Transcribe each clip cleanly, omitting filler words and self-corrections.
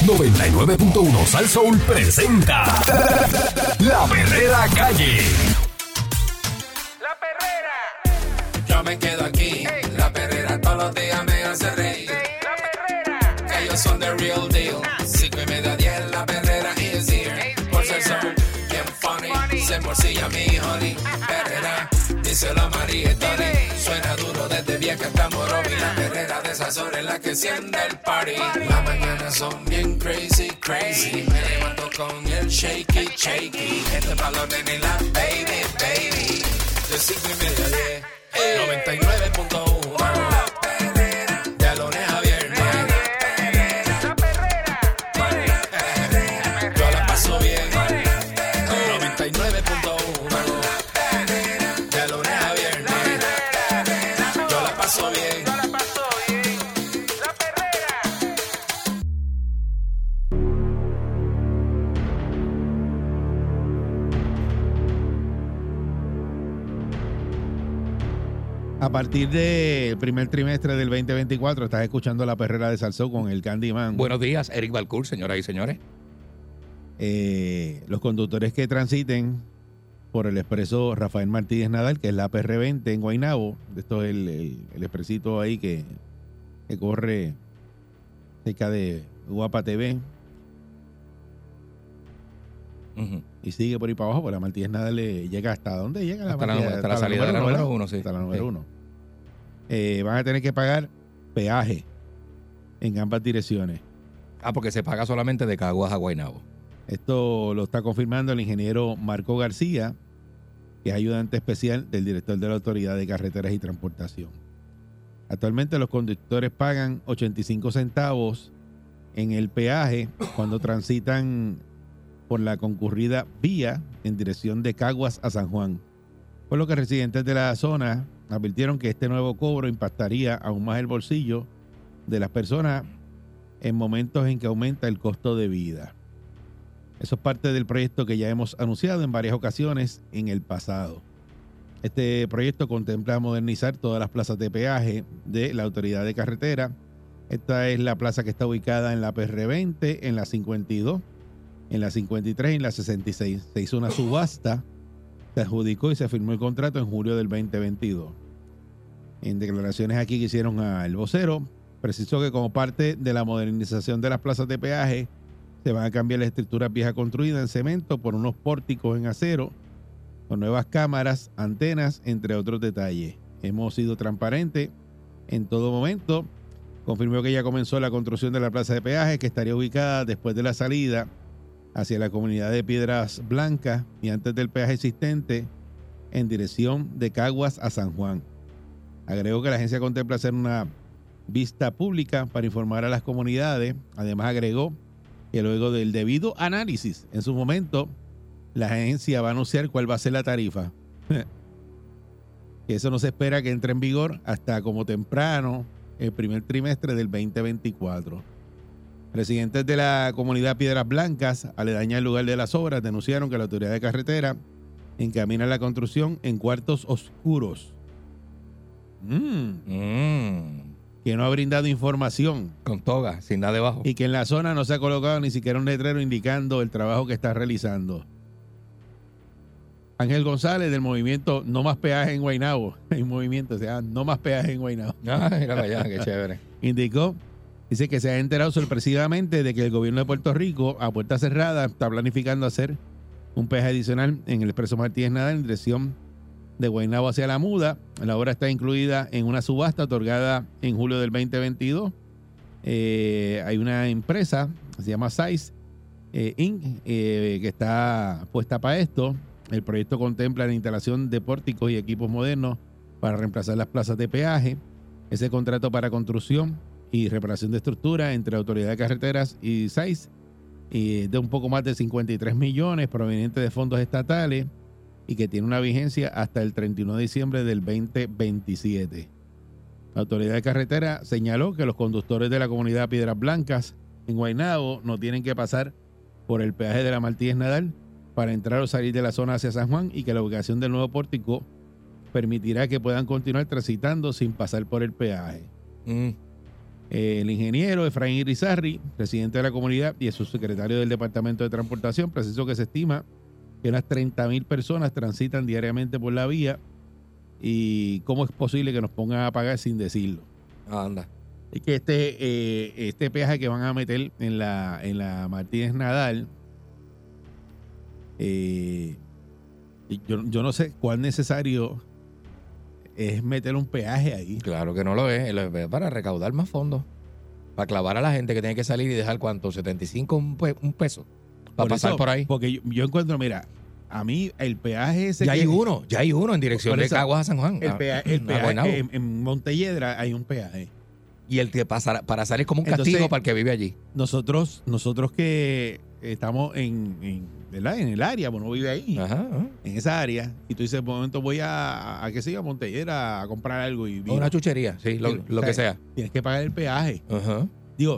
99.1 Sal Soul presenta La Perrera Calle. La Perrera. Yo me quedo aquí, La Perrera todos los días me hace reír. La Perrera. Ellos son the real deal. 5:30, 10, La Perrera is here. Por ser son bien funny, se morcilla mi honey. Perrera, díselo a María y Tony. Suena duro desde vieja hasta Morovi. La Perrera de esas horas en la que enciende el party. Las mañanas son bien crazy, crazy. Me levanto con el shaky, shaky. Este balón en la baby, baby. De 5:30 a 10, 99.1. De lunes a viernes. La Perrera. Yo la paso bien. 99.1. De lunes a viernes. Yo la paso bien. Yo la paso bien. La Perrera. A partir del primer trimestre del 2024 estás escuchando La Perrera de Sal Soul con el Candyman. Buenos días, Eric Balcour, señoras y señores. Los conductores que transiten por el expreso Rafael Martínez Nadal, que es la PR20 en Guaynabo, esto es el expresito ahí que corre cerca de Guapa TV y sigue por ahí para abajo, porque la Martínez Nadal llega hasta ¿dónde llega? Hasta la salida de la número 1, sí. Hasta la número Sí. 1. Van a tener que pagar peaje en ambas direcciones. Porque se paga solamente de Caguas a Guaynabo. Esto lo está confirmando el ingeniero Marco García, que es ayudante especial del director de la Autoridad de Carreteras y Transportación. Actualmente los conductores pagan 85 centavos en el peaje cuando transitan por la concurrida vía en dirección de Caguas a San Juan. Por lo que residentes de la zona advirtieron que este nuevo cobro impactaría aún más el bolsillo de las personas en momentos en que aumenta el costo de vida. Eso es parte del proyecto que ya hemos anunciado en varias ocasiones en el pasado. Este proyecto contempla modernizar todas las plazas de peaje de la Autoridad de Carretera. Esta es la plaza que está ubicada en la PR20, en la 52, en la 53 y en la 66. Se hizo una subasta, se adjudicó y se firmó el contrato en julio del 2022. En declaraciones aquí que hicieron al vocero, precisó que como parte de la modernización de las plazas de peaje, se van a cambiar las estructuras viejas construidas en cemento por unos pórticos en acero, con nuevas cámaras, antenas, entre otros detalles. Hemos sido transparentes en todo momento. Confirmó que ya comenzó la construcción de la plaza de peaje, que estaría ubicada después de la salida hacia la comunidad de Piedras Blancas y antes del peaje existente en dirección de Caguas a San Juan. Agregó que la agencia contempla hacer una vista pública para informar a las comunidades. Además agregó que luego del debido análisis en su momento, la agencia va a anunciar cuál va a ser la tarifa. Que eso no se espera que entre en vigor hasta como temprano el primer trimestre del 2024. Residentes de la comunidad Piedras Blancas, aledaña al lugar de las obras, denunciaron que la Autoridad de Carretera encamina la construcción en cuartos oscuros. Que no ha brindado información. Con toga, sin nada debajo. Y que en la zona no se ha colocado ni siquiera un letrero indicando el trabajo que está realizando. Ángel González del movimiento No Más Peaje en Guaynabo. El movimiento se llama No Más Peaje en Guaynabo. Mira allá, qué chévere. Indicó, dice que se ha enterado sorpresivamente de que el gobierno de Puerto Rico, a puerta cerrada, está planificando hacer un peaje adicional en el expreso Martínez Nadal en dirección de Guaynabo hacia La Muda. La obra está incluida en una subasta otorgada en julio del 2022. Hay una empresa que se llama SAIS Inc. Que está puesta para esto. El proyecto contempla la instalación de pórticos y equipos modernos para reemplazar las plazas de peaje. Ese contrato para construcción y reparación de estructura entre Autoridad de Carreteras y SAIS de un poco más de 53 millones provenientes de fondos estatales y que tiene una vigencia hasta el 31 de diciembre del 2027. La Autoridad de Carretera señaló que los conductores de la comunidad Piedras Blancas en Guaynabo no tienen que pasar por el peaje de la Martínez Nadal para entrar o salir de la zona hacia San Juan y que la ubicación del nuevo pórtico permitirá que puedan continuar transitando sin pasar por el peaje. El ingeniero Efraín Irizarry, presidente de la comunidad y el subsecretario del Departamento de Transportación, precisó que se estima que unas 30,000 personas transitan diariamente por la vía y cómo es posible que nos pongan a pagar sin decirlo. Anda. Es que este peaje que van a meter en la Martínez Nadal, yo no sé cuán necesario es meter un peaje ahí. Claro que no lo es. Es para recaudar más fondos. Para clavar a la gente que tiene que salir y dejar, ¿cuánto? 75 un peso. Para pasar eso, por ahí. Porque yo encuentro, mira, a mí el peaje ese Ya hay uno en dirección Por de eso, Caguas a San Juan. el peaje a Guaynabo. en Montelledra hay un peaje. Y el que para salir como un Entonces, castigo para el que vive allí. Nosotros que estamos ¿verdad? En el área, pues no vive ahí, Ajá. en esa área, y tú dices, por un momento voy a qué sé yo, a Montelledra a comprar algo y Una chuchería, sí, lo O sea, que sea. tienes que pagar el peaje. Ajá. Digo,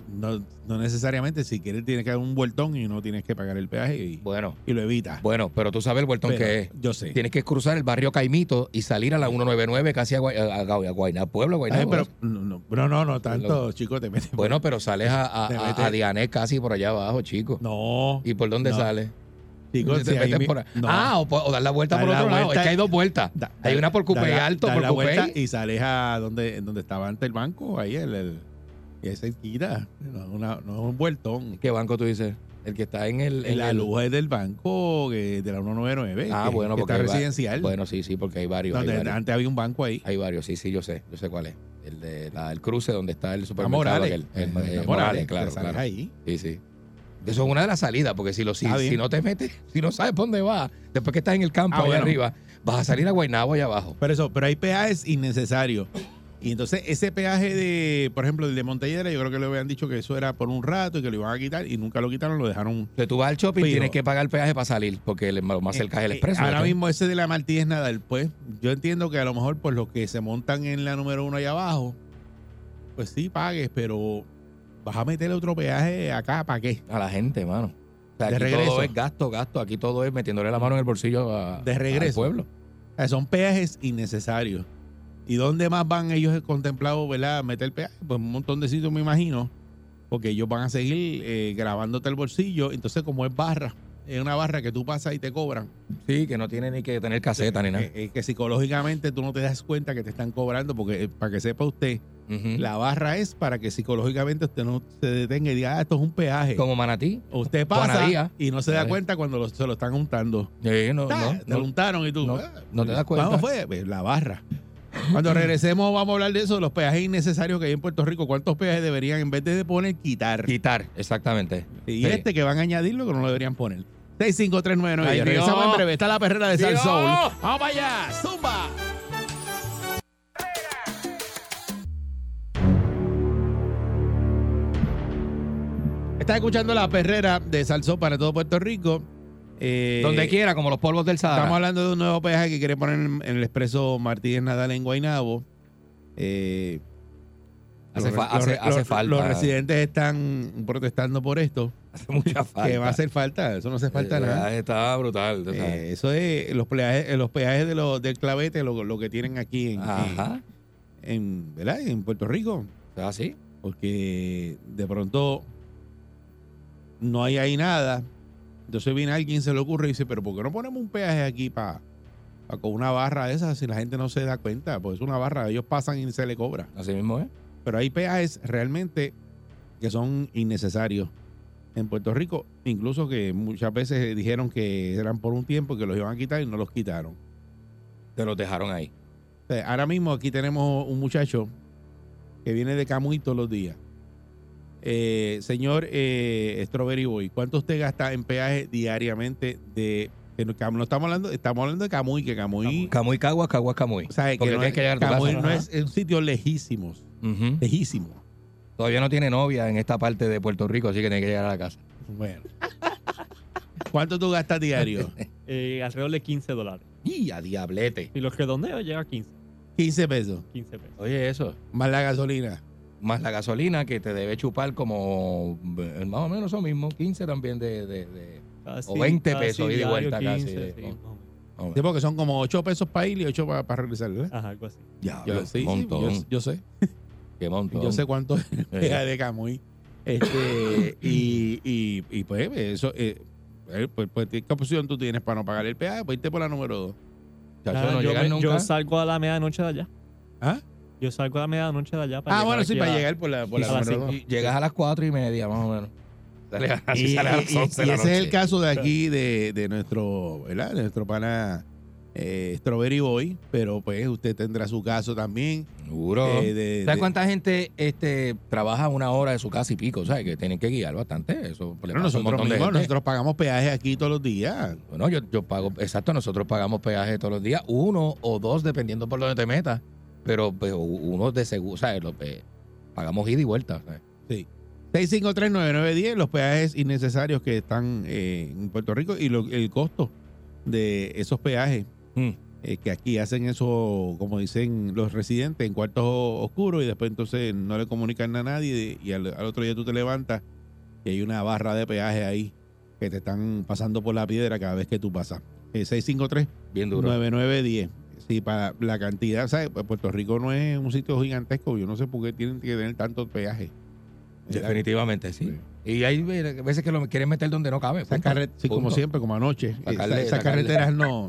no necesariamente, si quieres tienes que dar un vueltón y no tienes que pagar el peaje y lo evitas. Bueno, pero tú sabes el vueltón Pero que es. yo sé. Tienes que cruzar el barrio Caimito y salir a la 199 casi a Guaynabo, Pueblo, Ay, Guaynabo. pero no tanto, chico, te metes. Bueno, pero sales Te metes- a Diané casi por allá abajo, chico. No, ¿Y por dónde No. sales? chicos, Te si ahí metes por ahí. no. O dar la vuelta Dar por la otro lado. vuelta Es que hay dos vueltas. Hay una por Cupey Alto, da por la vuelta Cupey. y sales a donde estaba antes el banco, ahí y es cerquita, no es un vueltón. ¿Qué banco tú dices? El que está en La luz es del banco de la 199, Bueno, que porque está hay residencial. Bueno, sí, porque hay varios. donde Hay varios. antes había un banco ahí. Hay varios, sí, yo sé cuál es. El de el cruce donde está el supermercado. Morales. Morales, claro, te sales claro. ahí. Sí. Eso es una de las salidas, porque si Está bien. no te metes, si no sabes por dónde vas, después que estás en el campo allá Bueno. arriba, vas a salir a Guaynabo allá abajo. Pero hay peajes innecesarios. Y entonces ese peaje de, por ejemplo, el de Montelledra, yo creo que le habían dicho que eso era por un rato y que lo iban a quitar y nunca lo quitaron, lo dejaron. Que tú vas al shopping, Fijo. tienes que pagar el peaje para salir, porque lo más cerca es el expreso. Ahora ¿verdad? mismo ese de la Martínez Nadal, pues yo entiendo que a lo mejor por los que se montan en la número 1 allá abajo, pues sí pagues, pero vas a meterle otro peaje acá, ¿para qué? A la gente, mano. O sea, De aquí regreso. todo es gasto. Aquí todo es metiéndole la mano en el bolsillo De regreso. al pueblo. O sea, son peajes innecesarios. ¿Y dónde más van ellos contemplados, verdad, meter peaje? Pues un montón de sitios, me imagino, porque ellos van a seguir grabándote el bolsillo. Entonces, como es barra, es una barra que tú pasas y te cobran. Sí, que no tiene ni que tener caseta ni nada. Que psicológicamente tú no te das cuenta que te están cobrando, porque para que sepa usted, Ujú. la barra es para que psicológicamente usted no se detenga y diga, esto es un peaje. Como Manatí. Usted pasa Juanadía. y no se da Vale. cuenta cuando se lo están untando. Te Te lo untaron y tú. no te das cuenta. ¿Cómo fue? Pues, la barra. Cuando regresemos vamos a hablar de eso, de los peajes innecesarios que hay en Puerto Rico. ¿Cuántos peajes deberían, en vez de poner, quitar? Quitar, exactamente. Y Sí. que van a añadirlo, que no lo deberían poner. 65399. Ay, Regresamos Dios. en breve. Está la perrera de Sal Dios. Soul. ¡Vamos para allá! ¡Zumba! Estás escuchando la perrera de Salsó para todo Puerto Rico. Donde quiera, como los polvos del Sahara. Estamos hablando de un nuevo peaje que quiere poner en el expreso Martínez Nadal en Guaynabo. Hace falta. Los residentes están protestando por esto. Hace mucha falta. Que va a hacer falta. Eso no hace falta nada. Está brutal. tú sabes. Eso es los peajes del clavete, lo que tienen aquí Ajá. ¿verdad? En Puerto Rico. Así. Porque de pronto no hay ahí nada. Entonces viene alguien, se le ocurre y dice, pero ¿por qué no ponemos un peaje aquí con una barra de esas si la gente no se da cuenta? Pues es una barra, ellos pasan y se le cobra. Así mismo es. Pero hay peajes realmente que son innecesarios en Puerto Rico, incluso que muchas veces dijeron que eran por un tiempo y que los iban a quitar y no los quitaron. Te los dejaron ahí. O sea, ahora mismo aquí tenemos un muchacho que viene de Camuy todos los días. Señor Strawberry Boy, ¿cuánto usted gasta en peaje diariamente no estamos hablando de Camuy, que Camuy, Camuy, Caguas, Caguas, Camuy. o sea, que Porque no tienes es, que llegar a tu Camuy casa. no es un sitio lejísimos, Ujú. lejísimo. Todavía no tiene novia en esta parte de Puerto Rico, así que tiene que llegar a la casa. Bueno. ¿Cuánto tú gastas diario? Alrededor de $15. Y a diablete. Y los redondeos llega a 15. 15 pesos, 15 pesos. Oye, eso. más la gasolina. Más la gasolina que te debe chupar como más o menos eso mismo, 15 también Casi, o 20 casi pesos ida y diario, vuelta 15, casi. sí, más o menos. Sí, porque son como 8 pesos para ir y 8 para regresar, ¿verdad? Ajá, algo así. Diablo, Sí, un montón. yo sé. Qué montón. Yo sé cuánto es el peaje de Camuy. Y pues eso, pues, ¿qué opción tú tienes para no pagar el peaje? Pues irte por la número 2. Chacho, Nada, no yo, llegan nunca. yo salgo a la medianoche de allá. ¿Ah? Yo salgo a la medianoche de allá. Bueno, sí, aquí para a- llegar por la a las número 2. cinco. Y llegas a las 4:30, más o menos. Así sale a las 11 de Y la ese es el noche. caso de aquí de nuestro, ¿verdad? De nuestro pana Strawberry Boy, pero pues usted tendrá su caso también. Seguro. ¿Sabes cuánta gente trabaja una hora de su casa y pico? ¿Sabes? Que tienen que guiar bastante. Eso le Bueno, pasa a un nosotros montón de mismos, gente. nosotros pagamos peajes aquí todos los días. Bueno, yo pago, exacto, nosotros pagamos peaje todos los días, 1 o 2, dependiendo por donde te metas. Pero uno de seguro, ¿sabes? Pagamos ida y vuelta, ¿sabes? Sí. 6539910, los peajes innecesarios que están en Puerto Rico y el costo de esos peajes que aquí hacen eso, como dicen los residentes, en cuartos oscuros y después entonces no le comunican a nadie y al otro día tú te levantas y hay una barra de peaje ahí que te están pasando por la piedra cada vez que tú pasas. 653 Bien duro. 9910. Sí, para la cantidad, ¿sabes? Pues Puerto Rico no es un sitio gigantesco, yo no sé por qué tienen que tener tantos peajes. Definitivamente, sí. Y hay veces que lo quieren meter donde no cabe. Esa punto. sí, como Punto. siempre, como anoche. Sacarle- Esas sacarle- carreteras no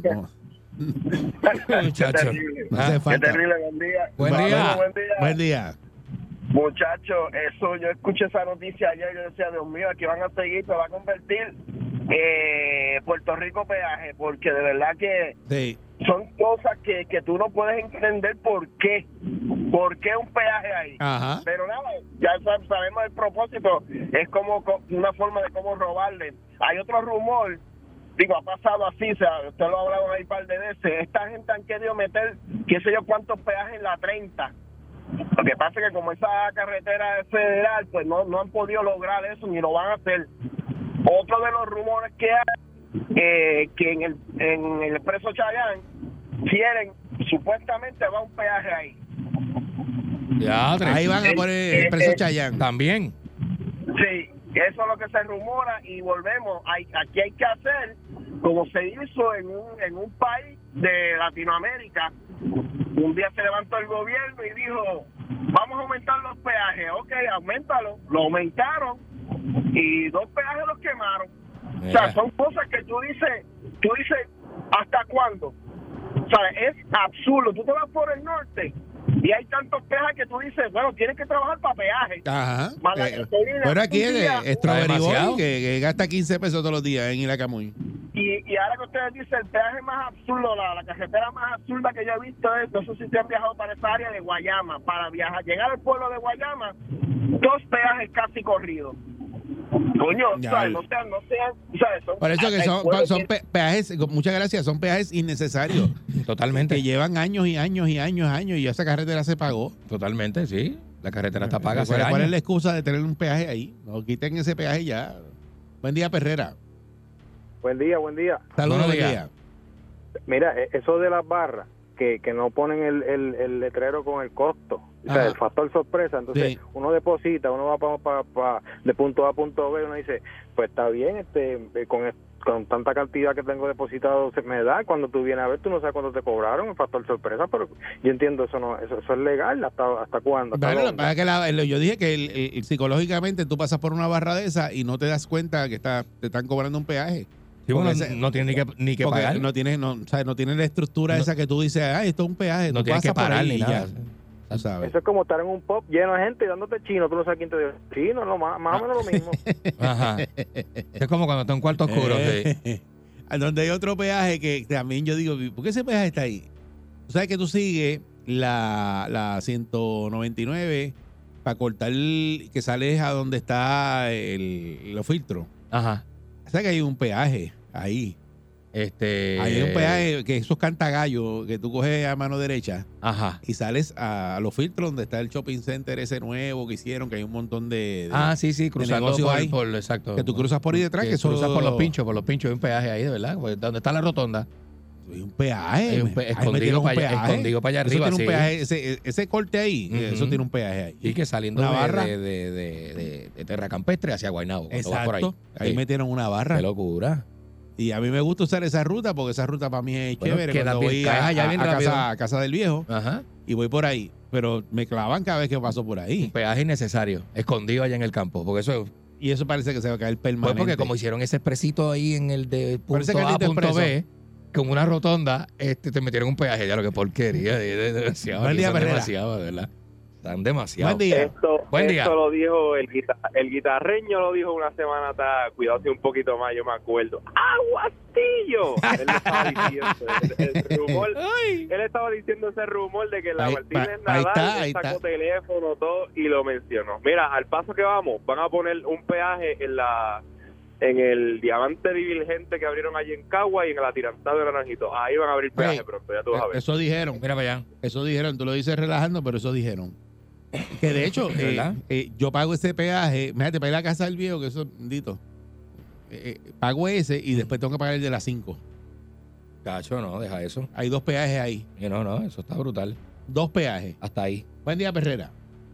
Muchacho. no Ah, hace Qué falta. terrible, buen día. Buen Bueno, día. buen día. Buen día. Muchachos, eso, yo escuché esa noticia ayer, yo decía, Dios mío, aquí van a seguir, se va a convertir Puerto Rico peaje, porque de verdad que Sí. son cosas que tú no puedes entender por qué un peaje ahí. Ajá. Pero nada, ya sabemos el propósito, es como una forma de cómo robarle. Hay otro rumor, digo, ha pasado así, o sea, usted lo ha hablado ahí un par de veces, esta gente han querido meter, qué sé yo, cuántos peajes en la 30. Lo que pasa es que como esa carretera es federal, pues no han podido lograr eso, ni lo van a hacer. Otro de los rumores que hay, que en el expreso Chayán quieren, supuestamente va un peaje ahí. Ya, Ahí van a poner el preso Chayán. También. Sí, eso es lo que se rumora y volvemos. Aquí hay que hacer como se hizo en un país de Latinoamérica. Un día se levantó el gobierno y dijo, vamos a aumentar los peajes. Ok, aumentalo. Lo aumentaron y 2 peajes los quemaron. O sea, son cosas que tú dices, ¿hasta cuándo? O sea, es absurdo. Tú te vas por el norte y hay tantos peajes que tú dices, bueno, tienes que trabajar para peaje. Ajá. Más la gasolina, Bueno, aquí un día, es Strawberry demasiado. Boy, que gasta 15 pesos todos los días en Ilacamuy. Y ahora que ustedes dicen, el peaje más absurdo, la carretera más absurda que yo he visto es, no sé si ustedes han viajado para esa área de Guayama, para llegar al pueblo de Guayama, 2 peajes casi corridos. Coño, Ya, ¿sabes? No sean, ¿sabes? Por eso que el son pueblo peajes, muchas gracias, son peajes innecesarios. Totalmente. Que llevan años y años y años y esa carretera se pagó. Totalmente, sí. La carretera está paga hace ¿Cuál es años. la excusa de tener un peaje ahí? No quiten ese peaje ya. Buen día, Perrera. Buen día, buen día. Saludos, Buenos buen días. día. Mira, eso de las barras, que no ponen el letrero con el costo, o sea, Ajá. el factor sorpresa. Entonces, Sí. uno deposita, uno va de punto A a punto B, uno dice, pues está bien, con tanta cantidad que tengo depositado se me da. Cuando tú vienes a ver, tú no sabes cuánto te cobraron el factor sorpresa, pero yo entiendo eso es legal. ¿Hasta cuándo? ¿Hasta Bueno, lo dónde? que pasa es que yo dije que psicológicamente tú pasas por una barra de esa y no te das cuenta que te están cobrando un peaje. Sí, bueno, Porque ese- no tiene ni que Porque pagar. no tiene la estructura No- esa que tú dices, esto es un peaje. No tú tienes que pasas por parar ahí ni y nada. ya, tú sabes. Eso es como estar en un pop lleno de gente y dándote chino, tú no sabes quién te dio chino, no, más o menos lo mismo. Ajá. Es como cuando está en un cuarto oscuro. Sí. Donde hay otro peaje que también yo digo, ¿por qué ese peaje está ahí? Tú sabes que tú sigues la 199 para cortar que sales a donde está los filtros. Ajá. O sea que hay un peaje ahí. Hay un peaje que esos cantagallos que tú coges a mano derecha Ajá. y sales a los filtros donde está el shopping center ese nuevo que hicieron, que hay un montón de Sí, cruzando negocios ahí, exacto. que tú cruzas por ahí detrás, que eso- cruzas por los pinchos, hay un peaje ahí, de verdad, pues, donde está la rotonda. hay un peaje. Hay un Ahí escondido metieron un para allá, peaje. escondido para allá Eso arriba, tiene un sí. peaje, ese corte ahí, Ujú. eso tiene un peaje ahí. Y que saliendo Una barra. de Terra Campestre hacia Guaynabo. cuando vas por Exacto. Ahí Sí. metieron una barra. Qué locura. Y a mí me gusta usar esa ruta porque esa ruta para mí es Bueno, chévere. quedas Cuando bien, voy caes allá bien rápido. a casa del viejo Ajá. y voy por ahí. Pero me clavan cada vez que paso por ahí. Peaje innecesario, escondido allá en el campo. Porque eso Y eso parece que se va a caer pues permanente. porque como hicieron ese expresito ahí en el de Parece punto que A el a punto expreso. B, con una rotonda, te metieron un peaje. Ya lo que porquería. Demasiado. Buen día, Son Perrera. demasiado, de verdad. Están demasiado. Buen día. Buen día. Esto lo dijo el guitarreño, lo dijo una semana atrás, cuidado si un poquito más, yo me acuerdo. ¡Aguastillo! Él estaba diciendo el rumor, él estaba diciendo ese rumor de que la Ahí- Martínez ahí Nadal está, ahí sacó está. teléfono, todo, y lo mencionó. Mira, al paso que vamos, van a poner un peaje en el diamante divergente que abrieron allí en Cagua y en el atirantado de Naranjito. Ahí van a abrir peaje Oye, pronto, ya tú vas a ver. Eso dijeron. Mira para allá. Eso dijeron. Tú lo dices relajando, pero eso dijeron. Que de hecho, ¿Verdad? yo pago ese peaje. Fíjate, para ir a la casa del viejo, que eso es bendito. Pago ese y después tengo que pagar el de las 5. Cacho, no, deja eso. Hay 2 peajes ahí. Y no, eso está brutal. 2 peajes. Hasta ahí. Buen día, Perrera.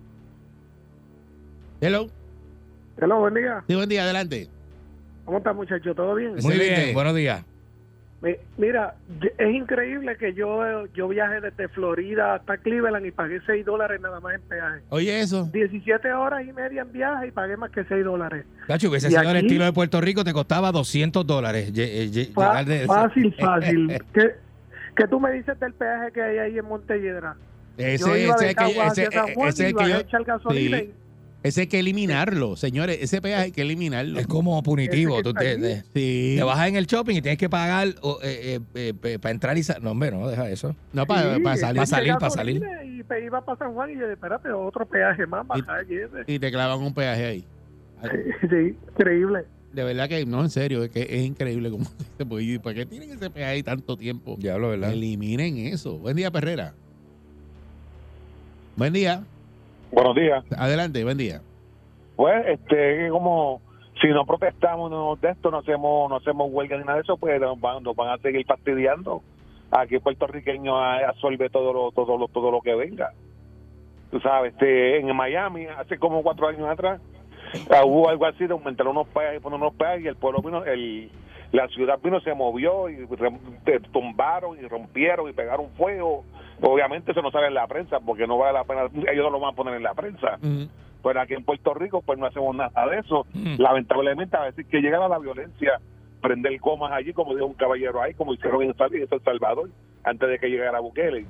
Hello. Hello, buen día. Sí, buen día, adelante. ¿Cómo está, muchacho? ¿Todo bien? Muy Excelente. bien, buenos días. Mira, es increíble que yo viaje desde Florida hasta Cleveland y pagué $6 nada más en peaje. Oye, eso. 17 horas y media en viaje y pagué más que $6. Cacho, hubiese Y sido el aquí- estilo de Puerto Rico, te costaba $200. Llegar de Fácil. ¿Qué tú me dices del peaje que hay ahí en Montelledra? Yo Ese iba es de que, Caguas hacia San Juan ese y es que bajé yo. a echar gasolina Sí. Ese hay que eliminarlo, señores. Ese peaje hay que eliminarlo. Es como punitivo. Ese que Tú está allí. Sí. te bajas en el shopping y tienes que pagar para entrar y no, hombre, no, deja eso. No, para salir. Pa' salir, eché pa' salir. gasolina Y iba para San Juan y yo, espérate, otro peaje más, bajar y ese. Y te clavan un peaje ahí. Sí, increíble. De verdad que, no, en serio, es que es increíble como se puede ir. ¿Por qué tienen ese peaje ahí tanto tiempo? Diablo, ¿verdad? Eliminen eso. Buen día, Perrera. Buen día. Buenos días. Adelante, buen día. Pues, como si no protestamos de esto, no hacemos huelga ni nada de eso, pues nos van a seguir fastidiando. Aquí el puertorriqueño absorbe todo lo que venga. Tú sabes, en Miami, hace como 4 años atrás, hubo algo así de aumentar unos peajes, poner unos peajes, y el pueblo vino, la ciudad vino, se movió y tumbaron y rompieron y pegaron fuego. Obviamente eso no sale en la prensa porque no vale la pena, ellos no lo van a poner en la prensa. Pero aquí en Puerto Rico pues no hacemos nada de eso. Lamentablemente a veces que llega la violencia, prender comas allí, como dijo un caballero ahí, como hicieron en El Salvador antes de que llegara Bukele.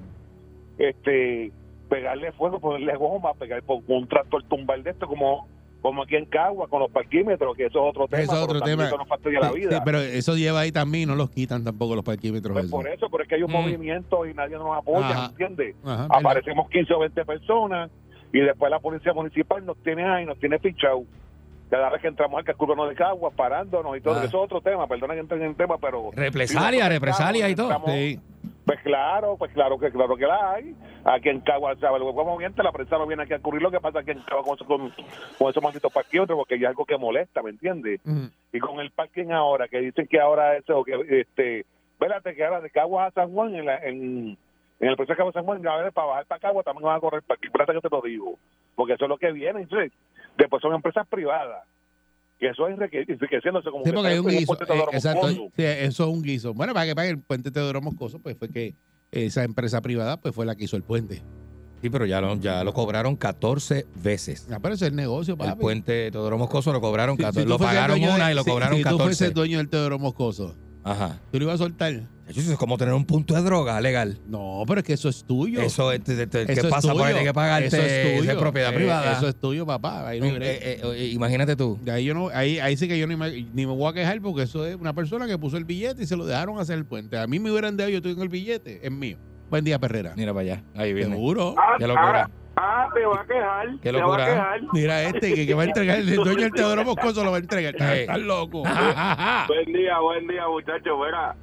Pegarle fuego, ponerle goma, pegar con un tractor tumbar de esto, como aquí en Cagua con los parquímetros, que eso es otro tema. Eso es otro pero también tema. eso nos fastidia la Sí, vida. pero eso lleva ahí también, no los quitan tampoco los parquímetros. Pues eso. por eso, pero es que hay un movimiento y nadie nos apoya, Ajá. ¿entiendes? Ajá, Aparecemos 15 o 20 personas y después la policía municipal nos tiene ahí, nos tiene fichado. Cada vez que entramos al casco de Cagua, parándonos y todo, eso es otro tema, perdona que entre en el tema, pero... Represalia y todo. Sí. Pues claro que la hay. Aquí en Cagua, ¿sabes? Como la prensa no viene aquí a ocurrir lo que pasa aquí en Cagua con esos malditos parquímetros, porque hay algo que molesta, ¿me entiendes? Y con el parking ahora, que dicen que ahora eso, que espérate que ahora de Cagua a San Juan, en el proceso de Cagua a San Juan, a ver, para bajar para Cagua también van a correr parking. Espérate que te lo digo, porque eso es lo que viene. Entonces, después son empresas privadas. Que eso es enriqueciéndose como Sí, que porque hay un está en guiso. puente Teodoro Exacto. Moscoso. Sí, eso es un guiso. Bueno, para que pague el puente Teodoro Moscoso, pues fue que esa empresa privada pues fue la que hizo el puente. Sí, pero ya lo cobraron 14 veces. Ah, pero ese es el negocio, papi. El puente Teodoro Moscoso lo cobraron 14. tú Lo fueses pagaron dueño una de- y lo si- cobraron si 14. tú fueses dueño del Teodoro Moscoso, Ajá. ¿tú lo ibas a soltar? Eso es como tener un punto de droga legal. No, pero es que eso es tuyo. Eso es, ¿qué Eso es pasa? tuyo. Porque hay que pagarte Eso es tuyo. esa propiedad privada. Eso es tuyo, papá. Ahí no hay break. Imagínate tú. De ahí yo no, ahí sí que yo ni me voy a quejar porque eso es una persona que puso el billete y se lo dejaron hacer el puente. A mí me hubieran dado, yo tengo el billete, es mío. Buen día, Perrera. Mira para allá. Ahí viene. Seguro. Qué locura. Te va a quejar. Qué te locura. va a quejar. Mira que va a entregar, el dueño del Teodoro Moscoso lo va a entregar. Estás loco. Buen día, muchachos. Verá,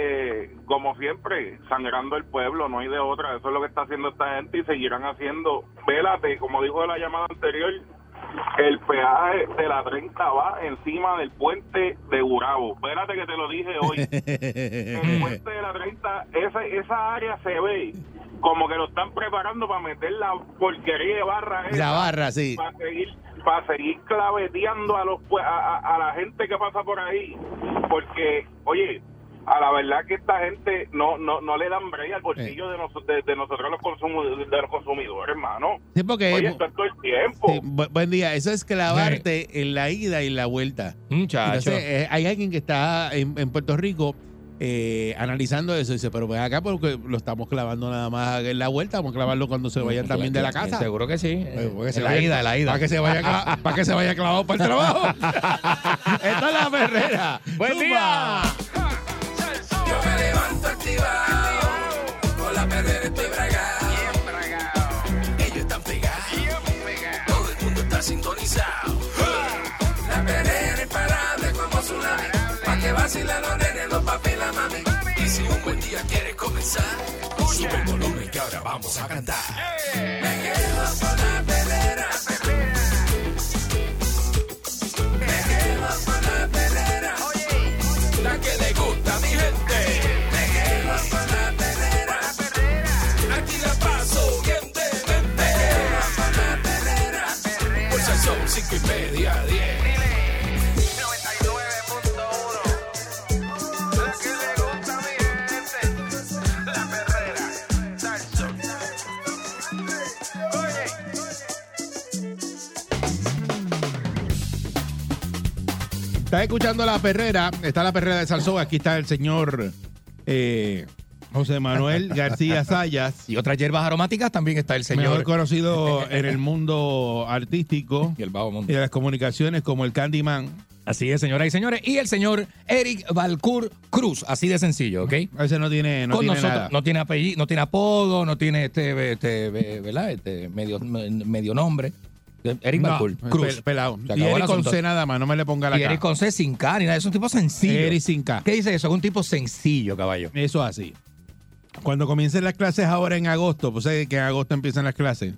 como siempre, sangrando el pueblo, no hay de otra. Eso es lo que está haciendo esta gente y seguirán haciendo. Vélate, como dijo en la llamada anterior, el peaje de la 30 va encima del puente de Gurabo. Vélate que te lo dije hoy. El puente de la 30, esa área se ve como que lo están preparando para meter la porquería de barra esa. La barra, sí. Para seguir para seguir claveteando a la gente que pasa por ahí, porque, oye, a la verdad que esta gente no le dan break al bolsillo de nosotros los consumidores, hermano. Sí, porque oye, esto es todo el tiempo. Sí, buen día. Eso es clavarte en la ida y en la vuelta. Muchacho. Entonces, hay alguien que está en Puerto Rico analizando eso y dice, pero ven acá porque lo estamos clavando nada más en la vuelta, vamos a clavarlo cuando se vayan también de la casa. Seguro que sí. La ida. Para que se vaya clavado para el trabajo. Esta es la perrera. ¡Buen día! Yo me levanto activado, con la perrera estoy bragado. Ellos están pegados, todo el mundo está sintonizado. La perrera imparable como tsunami, pa' que vacilan los nenes, los papi y la mami. Y si un buen día quieres comenzar, sube el volumen que ahora vamos a cantar. Me quedo con la perrera. Me quedo con la perrera. La que le gusta a mi gente. Me quedo con la perrera. Aquí la paso bien de mente. Me quedo con la perrera. Pues son 5:30 a 10. 99.1. La que le gusta a mi gente. La perrera. Salsón. Oye. Estás escuchando La Perrera. Está La Perrera de Salsón. Aquí está el señor José Manuel García Sayas. Y otras hierbas aromáticas también está el señor. Mejor conocido en el mundo artístico y el bajo mundo y de las comunicaciones como el Candyman. Así es, señoras y señores. Y el señor Eric Valcour Cruz. Así de sencillo, ¿ok? Ese no tiene Con nosotros, nada. no tiene apellido, no tiene apodo, no tiene ¿verdad? Medio nombre. Eric Valcour Cruz. Pelado. Se Y acabó el Eric con asunto. C nada más, no me le ponga la Y K. Eric con C sin K ni nada. Es un tipo sencillo. Eric sin K. ¿Qué dice eso? Es un tipo sencillo, caballo. Eso así. Cuando comiencen las clases ahora en agosto, pues sé que en agosto empiezan las clases.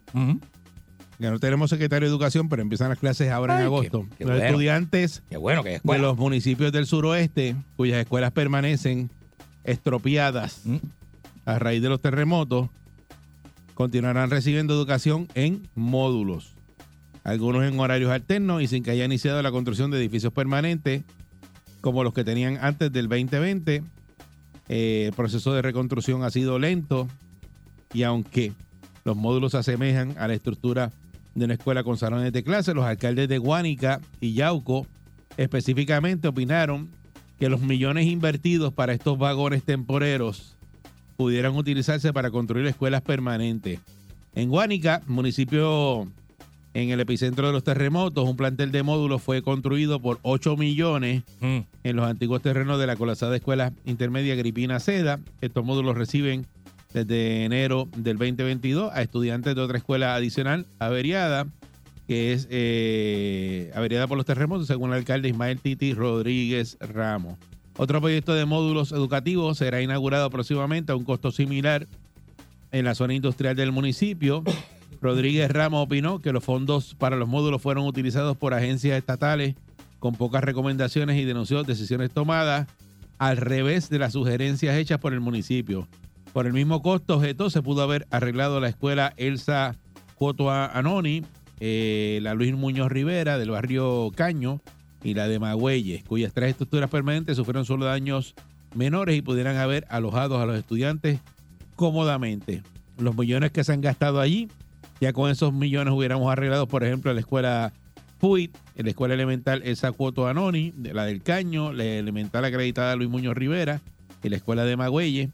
Ya no tenemos secretario de educación, pero empiezan las clases ahora en agosto. qué Los bueno. estudiantes Qué bueno que es de escuela. los municipios del suroeste, cuyas escuelas permanecen estropeadas a raíz de los terremotos, continuarán recibiendo educación en módulos. Algunos en horarios alternos y sin que haya iniciado la construcción de edificios permanentes, como los que tenían antes del 2020. El proceso de reconstrucción ha sido lento y aunque los módulos se asemejan a la estructura de una escuela con salones de clase, los alcaldes de Guánica y Yauco específicamente opinaron que los millones invertidos para estos vagones temporeros pudieran utilizarse para construir escuelas permanentes. En Guánica, municipio en el epicentro de los terremotos, un plantel de módulos fue construido por 8 millones en los antiguos terrenos de la colapsada escuela intermedia Agripina Seda. Estos módulos reciben desde enero del 2022 a estudiantes de otra escuela adicional averiada, que es averiada por los terremotos, según el alcalde Ismael Titi Rodríguez Ramos. Otro proyecto de módulos educativos será inaugurado próximamente a un costo similar en la zona industrial del municipio. Rodríguez Ramos opinó que los fondos para los módulos fueron utilizados por agencias estatales con pocas recomendaciones y denunció decisiones tomadas al revés de las sugerencias hechas por el municipio. Por el mismo costo objeto se pudo haber arreglado la escuela Elsa Cotoa Anoni, la Luis Muñoz Rivera del barrio Caño y la de Magüeyes, cuyas 3 estructuras permanentes sufrieron solo daños menores y pudieran haber alojado a los estudiantes cómodamente. Los millones que se han gastado allí, ya con esos millones hubiéramos arreglado, por ejemplo, la escuela Puit, la escuela elemental Elsa Cotoa Anoni, la del Caño, la elemental acreditada Luis Muñoz Rivera y la escuela de Magüeyes.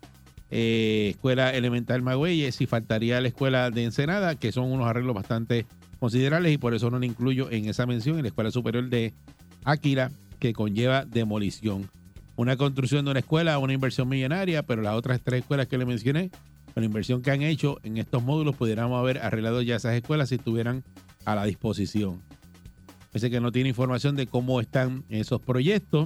Escuela elemental Magüeyes, y faltaría la escuela de Ensenada, que son unos arreglos bastante considerables y por eso no la incluyo en esa mención, y la escuela superior de Áquila, que conlleva demolición. Una construcción de una escuela, una inversión millonaria, pero las otras 3 escuelas que le mencioné, con la inversión que han hecho en estos módulos, pudiéramos haber arreglado ya esas escuelas si estuvieran a la disposición. Parece que no tiene información de cómo están esos proyectos.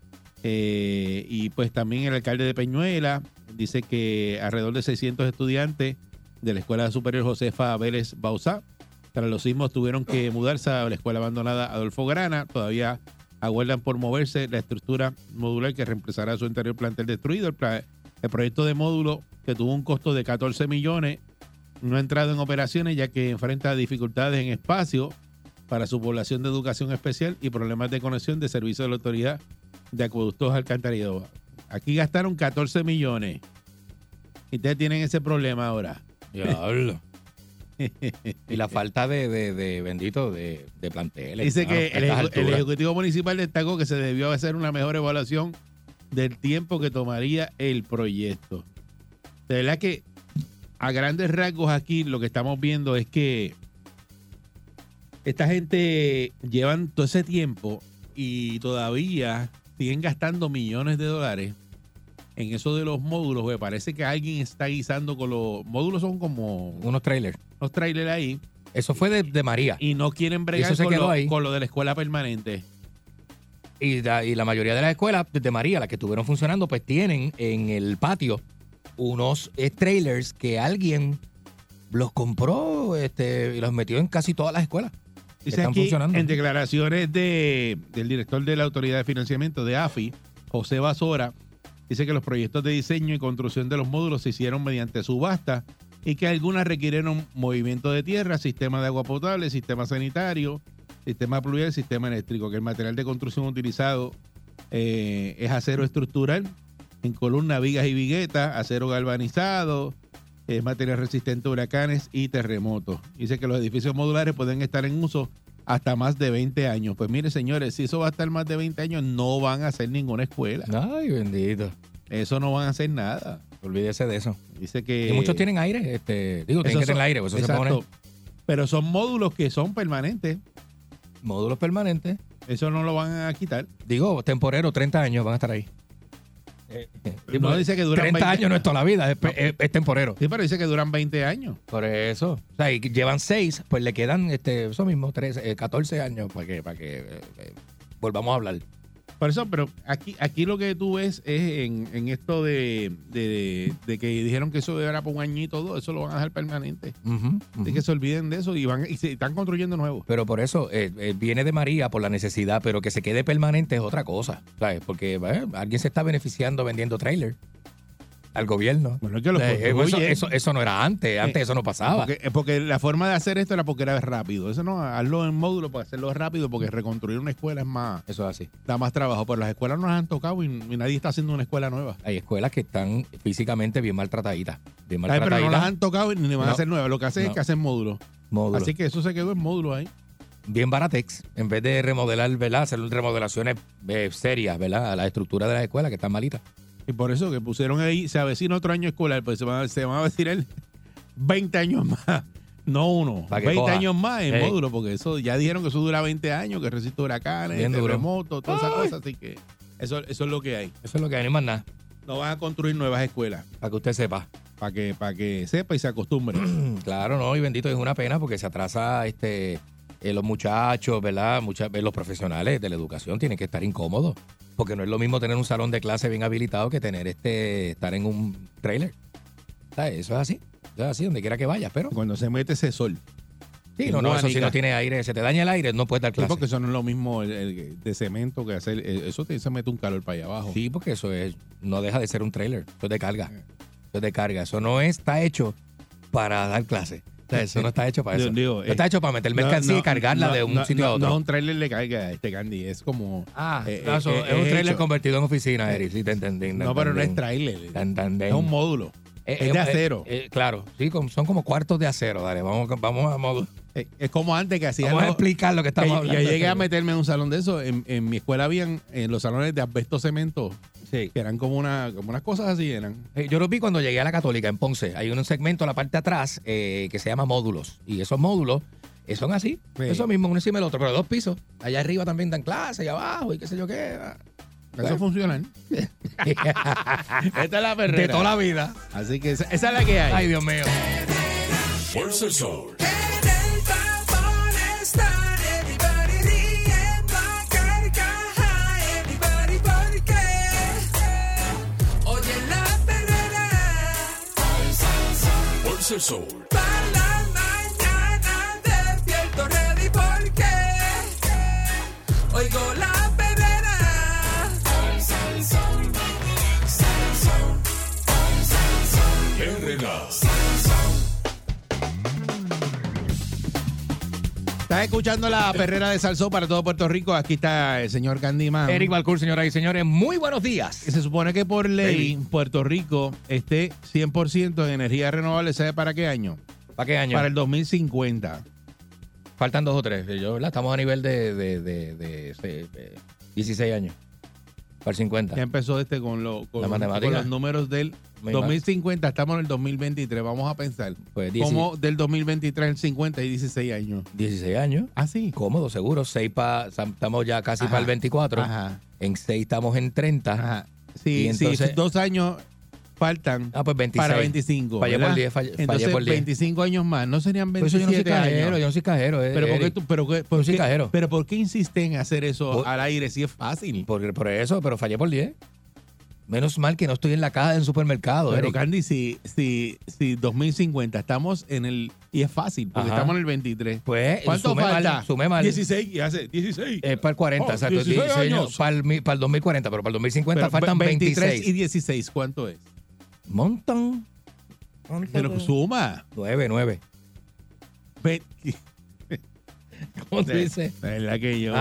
Y pues también el alcalde de Peñuela dice que alrededor de 600 estudiantes de la Escuela Superior Josefa Vélez Bauzá, tras los sismos, tuvieron que mudarse a la escuela abandonada Adolfo Grana. Todavía aguardan por moverse la estructura modular que reemplazará su anterior plantel destruido. El proyecto de módulo, que tuvo un costo de 14 millones, no ha entrado en operaciones ya que enfrenta dificultades en espacio para su población de educación especial y problemas de conexión de servicio de la Autoridad de Acueductos Alcantarillado. Aquí gastaron 14 millones. Y ustedes tienen ese problema ahora. Diablo. Y la falta de bendito de planteles. Dice que a estas el alturas. Ejecutivo Municipal destacó que se debió hacer una mejor evaluación del tiempo que tomaría el proyecto. De verdad que a grandes rasgos aquí lo que estamos viendo es que esta gente llevan todo ese tiempo y todavía siguen gastando millones de dólares en eso de los módulos. Me parece que alguien está guisando con los módulos, son como unos trailers ahí. Eso fue de María. Y no quieren bregar Eso se quedó ahí. con lo de la escuela permanente. Y la mayoría de las escuelas de María, las que estuvieron funcionando, pues tienen en el patio unos trailers que alguien los compró y los metió en casi todas las escuelas. Dice Están aquí, funcionando. en declaraciones del director de la Autoridad de Financiamiento de AFI, José Basora, dice que los proyectos de diseño y construcción de los módulos se hicieron mediante subasta y que algunas requirieron movimiento de tierra, sistema de agua potable, sistema sanitario, sistema pluvial, sistema eléctrico, que el material de construcción utilizado es acero estructural en columna, vigas y viguetas, acero galvanizado, es material resistente a huracanes y terremotos. Dice que los edificios modulares pueden estar en uso hasta más de 20 años. Pues mire, señores, si eso va a estar más de 20 años, no van a hacer ninguna escuela. Ay, bendito. Eso no van a hacer nada. Olvídese de eso. Dice que... Y muchos tienen aire. Tienen que tener aire, pues eso se pone. Pero son módulos que son permanentes. Módulos permanentes. Eso no lo van a quitar. Digo, temporero, 30 años van a estar ahí. No dice que duran 30 años no es toda la vida, es temporero. Sí, pero dice que duran 20 años. Por eso. O sea, y llevan 6, pues le quedan eso mismo, 14 años para que volvamos a hablar. Por eso, pero aquí lo que tú ves es en esto de que dijeron que eso era por un año y todo, eso lo van a dejar permanente. Así que se olviden de eso y se están construyendo nuevos. Pero por eso viene de María por la necesidad, pero que se quede permanente es otra cosa, ¿sabes? Porque alguien se está beneficiando vendiendo trailer al gobierno. Bueno, es que lo eso no era antes eso no pasaba. Porque la forma de hacer esto era porque era rápido. Eso no, hazlo en módulo para hacerlo rápido, porque reconstruir una escuela es más... Eso es así. Da más trabajo, pero las escuelas no las han tocado y nadie está haciendo una escuela nueva. Hay escuelas que están físicamente bien maltrataditas. Pero no las han tocado ni van a hacer nuevas. Lo que hacen es que hacen módulos. Así que eso se quedó en módulo ahí. Bien baratex, en vez de remodelar, ¿verdad? Hacer remodelaciones serias, ¿verdad? A la estructura de las escuelas que están malitas. Y por eso que pusieron ahí, se avecina otro año escolar, pues se van a avecinar 20 años más, no uno, 20 años más en módulo, porque eso ya dijeron que eso dura 20 años, que resiste huracanes, terremotos, todas esas cosas, así que eso es lo que hay. Eso es lo que hay, no hay más nada. No van a construir nuevas escuelas. Para que usted sepa. Para que sepa y se acostumbre. Claro, no, y bendito, es una pena porque se atrasa los muchachos, ¿verdad? Los profesionales de la educación tienen que estar incómodos. Porque no es lo mismo tener un salón de clase bien habilitado que tener estar en un trailer. ¿Sabes? Eso es así. Eso es así, donde quiera que vayas, pero... Cuando se mete ese sol. Sí, no, eso si no tiene aire, se te daña el aire, no puedes dar clase. Sí, porque eso no es lo mismo el de cemento que hacer. Eso se mete un calor para allá abajo. Sí, porque eso no deja de ser un trailer. Eso es de carga. Eso es de carga. Eso no está hecho para dar clase. Eso no está hecho para eso. No está hecho para meter mercancía y cargarla de un sitio a otro. No, un trailer le carga Candy. Es como... es un trailer convertido en oficina, Eric. Sí, te entendí. No, pero no es trailer. Es un módulo. Es de acero. Claro. Sí, son como cuartos de acero. Dale, vamos a módulo. Es como antes que hacían... Vamos a explicar lo que estamos hablando. Yo llegué a meterme en un salón de eso. En mi escuela habían los salones de asbesto cemento. Sí. Que eran como unas cosas así eran. Yo lo vi cuando llegué a la Católica en Ponce. Hay un segmento en la parte de atrás que se llama módulos. Y esos módulos son así. Sí. Eso mismo, uno encima del otro. Pero 2 pisos. Allá arriba también dan clases, allá abajo y qué sé yo qué. Eso funciona. Esta es la perrera. De toda la vida. Así que esa es la que hay. Ay, Dios mío. Fuerza el Sol. El sol. Para la mañana despierto ready porque oigo la perrera. Estás escuchando la perrera de Salsó para todo Puerto Rico. Aquí está el señor Candyman. Eric Balcour, señoras y señores, muy buenos días. Se supone que por ley Puerto Rico esté 100% en energía renovable. ¿Sabe para qué año? ¿Para qué año? Para el 2050. Faltan 2 o 3. Yo, ¿verdad? Estamos a nivel de 16 años. Para el 50. Ya empezó con la matemática. Con los números del 2050. Estamos en el 2023. Vamos a pensar. Pues como del 2023 al 50 y 16 años. 16 años. Ah, sí. Cómodo, seguro. Estamos ya casi para el 24. Ajá. En 6 estamos en 30. Ajá. Sí, Y entonces, sí, 2 años faltan pues 26. para 25. Fallé ¿verdad? por 10. Fallé Entonces, por 10. 25 años más. No serían Pues 27 yo no soy cajero, años. yo no soy cajero. Pero ¿por qué Eric. tú, por Yo soy qué, cajero. pero ¿por qué insisten en hacer eso Por- al aire si es fácil? Por eso, pero fallé por 10. Menos mal que no estoy en la caja del supermercado, Pero Eric. Candy, si 2050 estamos en el... Y es fácil, porque Ajá. estamos en el 23. Pues, ¿Cuánto sumé falta? mal, sumé mal. 16 y hace 16. Es para el 40, Oh, exacto. 16 años. Para el 2040, pero para el 2050 Pero faltan 23 26. y 16, ¿cuánto es? Montón. Pero suma. 9. ¿Cómo tú dices? La verdad que yo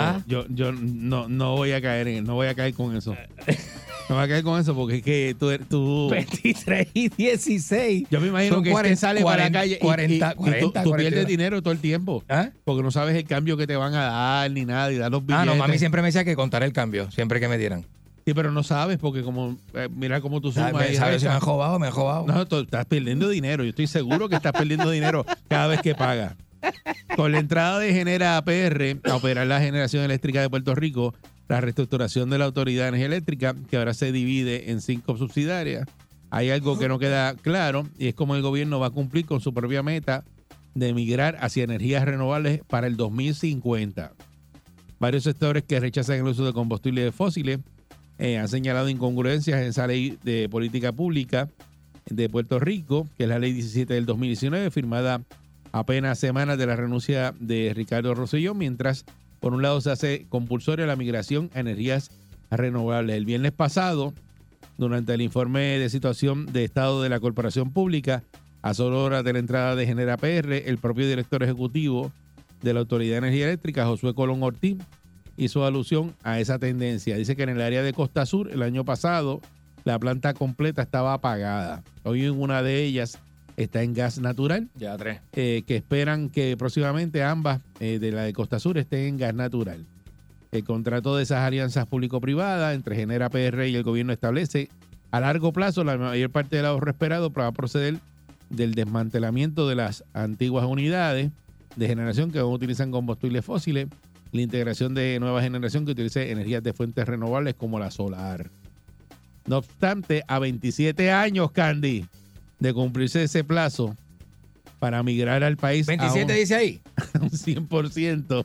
no voy a caer con eso. No voy a caer con eso porque es que tú 23 y 16. yo me imagino Son que 40, sale para la calle y 40, tú 40. pierdes dinero todo el tiempo. ¿Ah? Porque no sabes el cambio que te van a dar ni nada y dar los billetes. No, mami siempre me decía que contar el cambio, siempre que me dieran. Sí, pero no sabes porque como mira cómo tú sumas y ¿Sabes si me restas. me han jodado? No, tú estás perdiendo dinero. Yo estoy seguro que estás perdiendo dinero cada vez que pagas. Con la entrada de Genera APR a operar la generación eléctrica de Puerto Rico, la reestructuración de la Autoridad de Energía Eléctrica, que ahora se divide en 5 subsidiarias, hay algo que no queda claro y es cómo el gobierno va a cumplir con su propia meta de migrar hacia energías renovables para el 2050. Varios sectores que rechazan el uso de combustibles fósiles han señalado incongruencias en esa ley de política pública de Puerto Rico, que es la ley 17 del 2019, firmada apenas semanas de la renuncia de Ricardo Rosselló, mientras por un lado se hace compulsoria la migración a energías renovables. El viernes pasado, durante el informe de situación de estado de la Corporación Pública, a solo horas de la entrada de Genera PR, el propio director ejecutivo de la Autoridad de Energía Eléctrica, Josué Colón Ortiz, hizo alusión a esa tendencia. Dice que en el área de Costa Sur, el año pasado, la planta completa estaba apagada. Hoy en una de ellas está en gas natural. Ya 3. Que esperan que próximamente ambas de la de Costa Sur estén en gas natural. El contrato de esas alianzas público-privadas entre Genera PR y el gobierno establece a largo plazo la mayor parte del ahorro esperado para proceder del desmantelamiento de las antiguas unidades de generación que aún utilizan combustibles fósiles, la integración de nueva generación que utilice energías de fuentes renovables como la solar. No obstante, a 27 años, Candy, de cumplirse ese plazo para migrar al país 27 dice ahí. a un 100%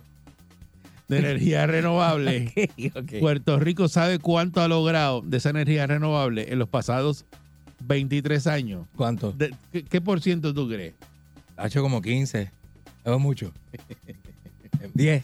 de energía renovable. Okay. Puerto Rico sabe cuánto ha logrado de esa energía renovable en los pasados 23 años. ¿Cuánto? ¿Qué por ciento tú crees? Ha hecho como 15. Es mucho. 10.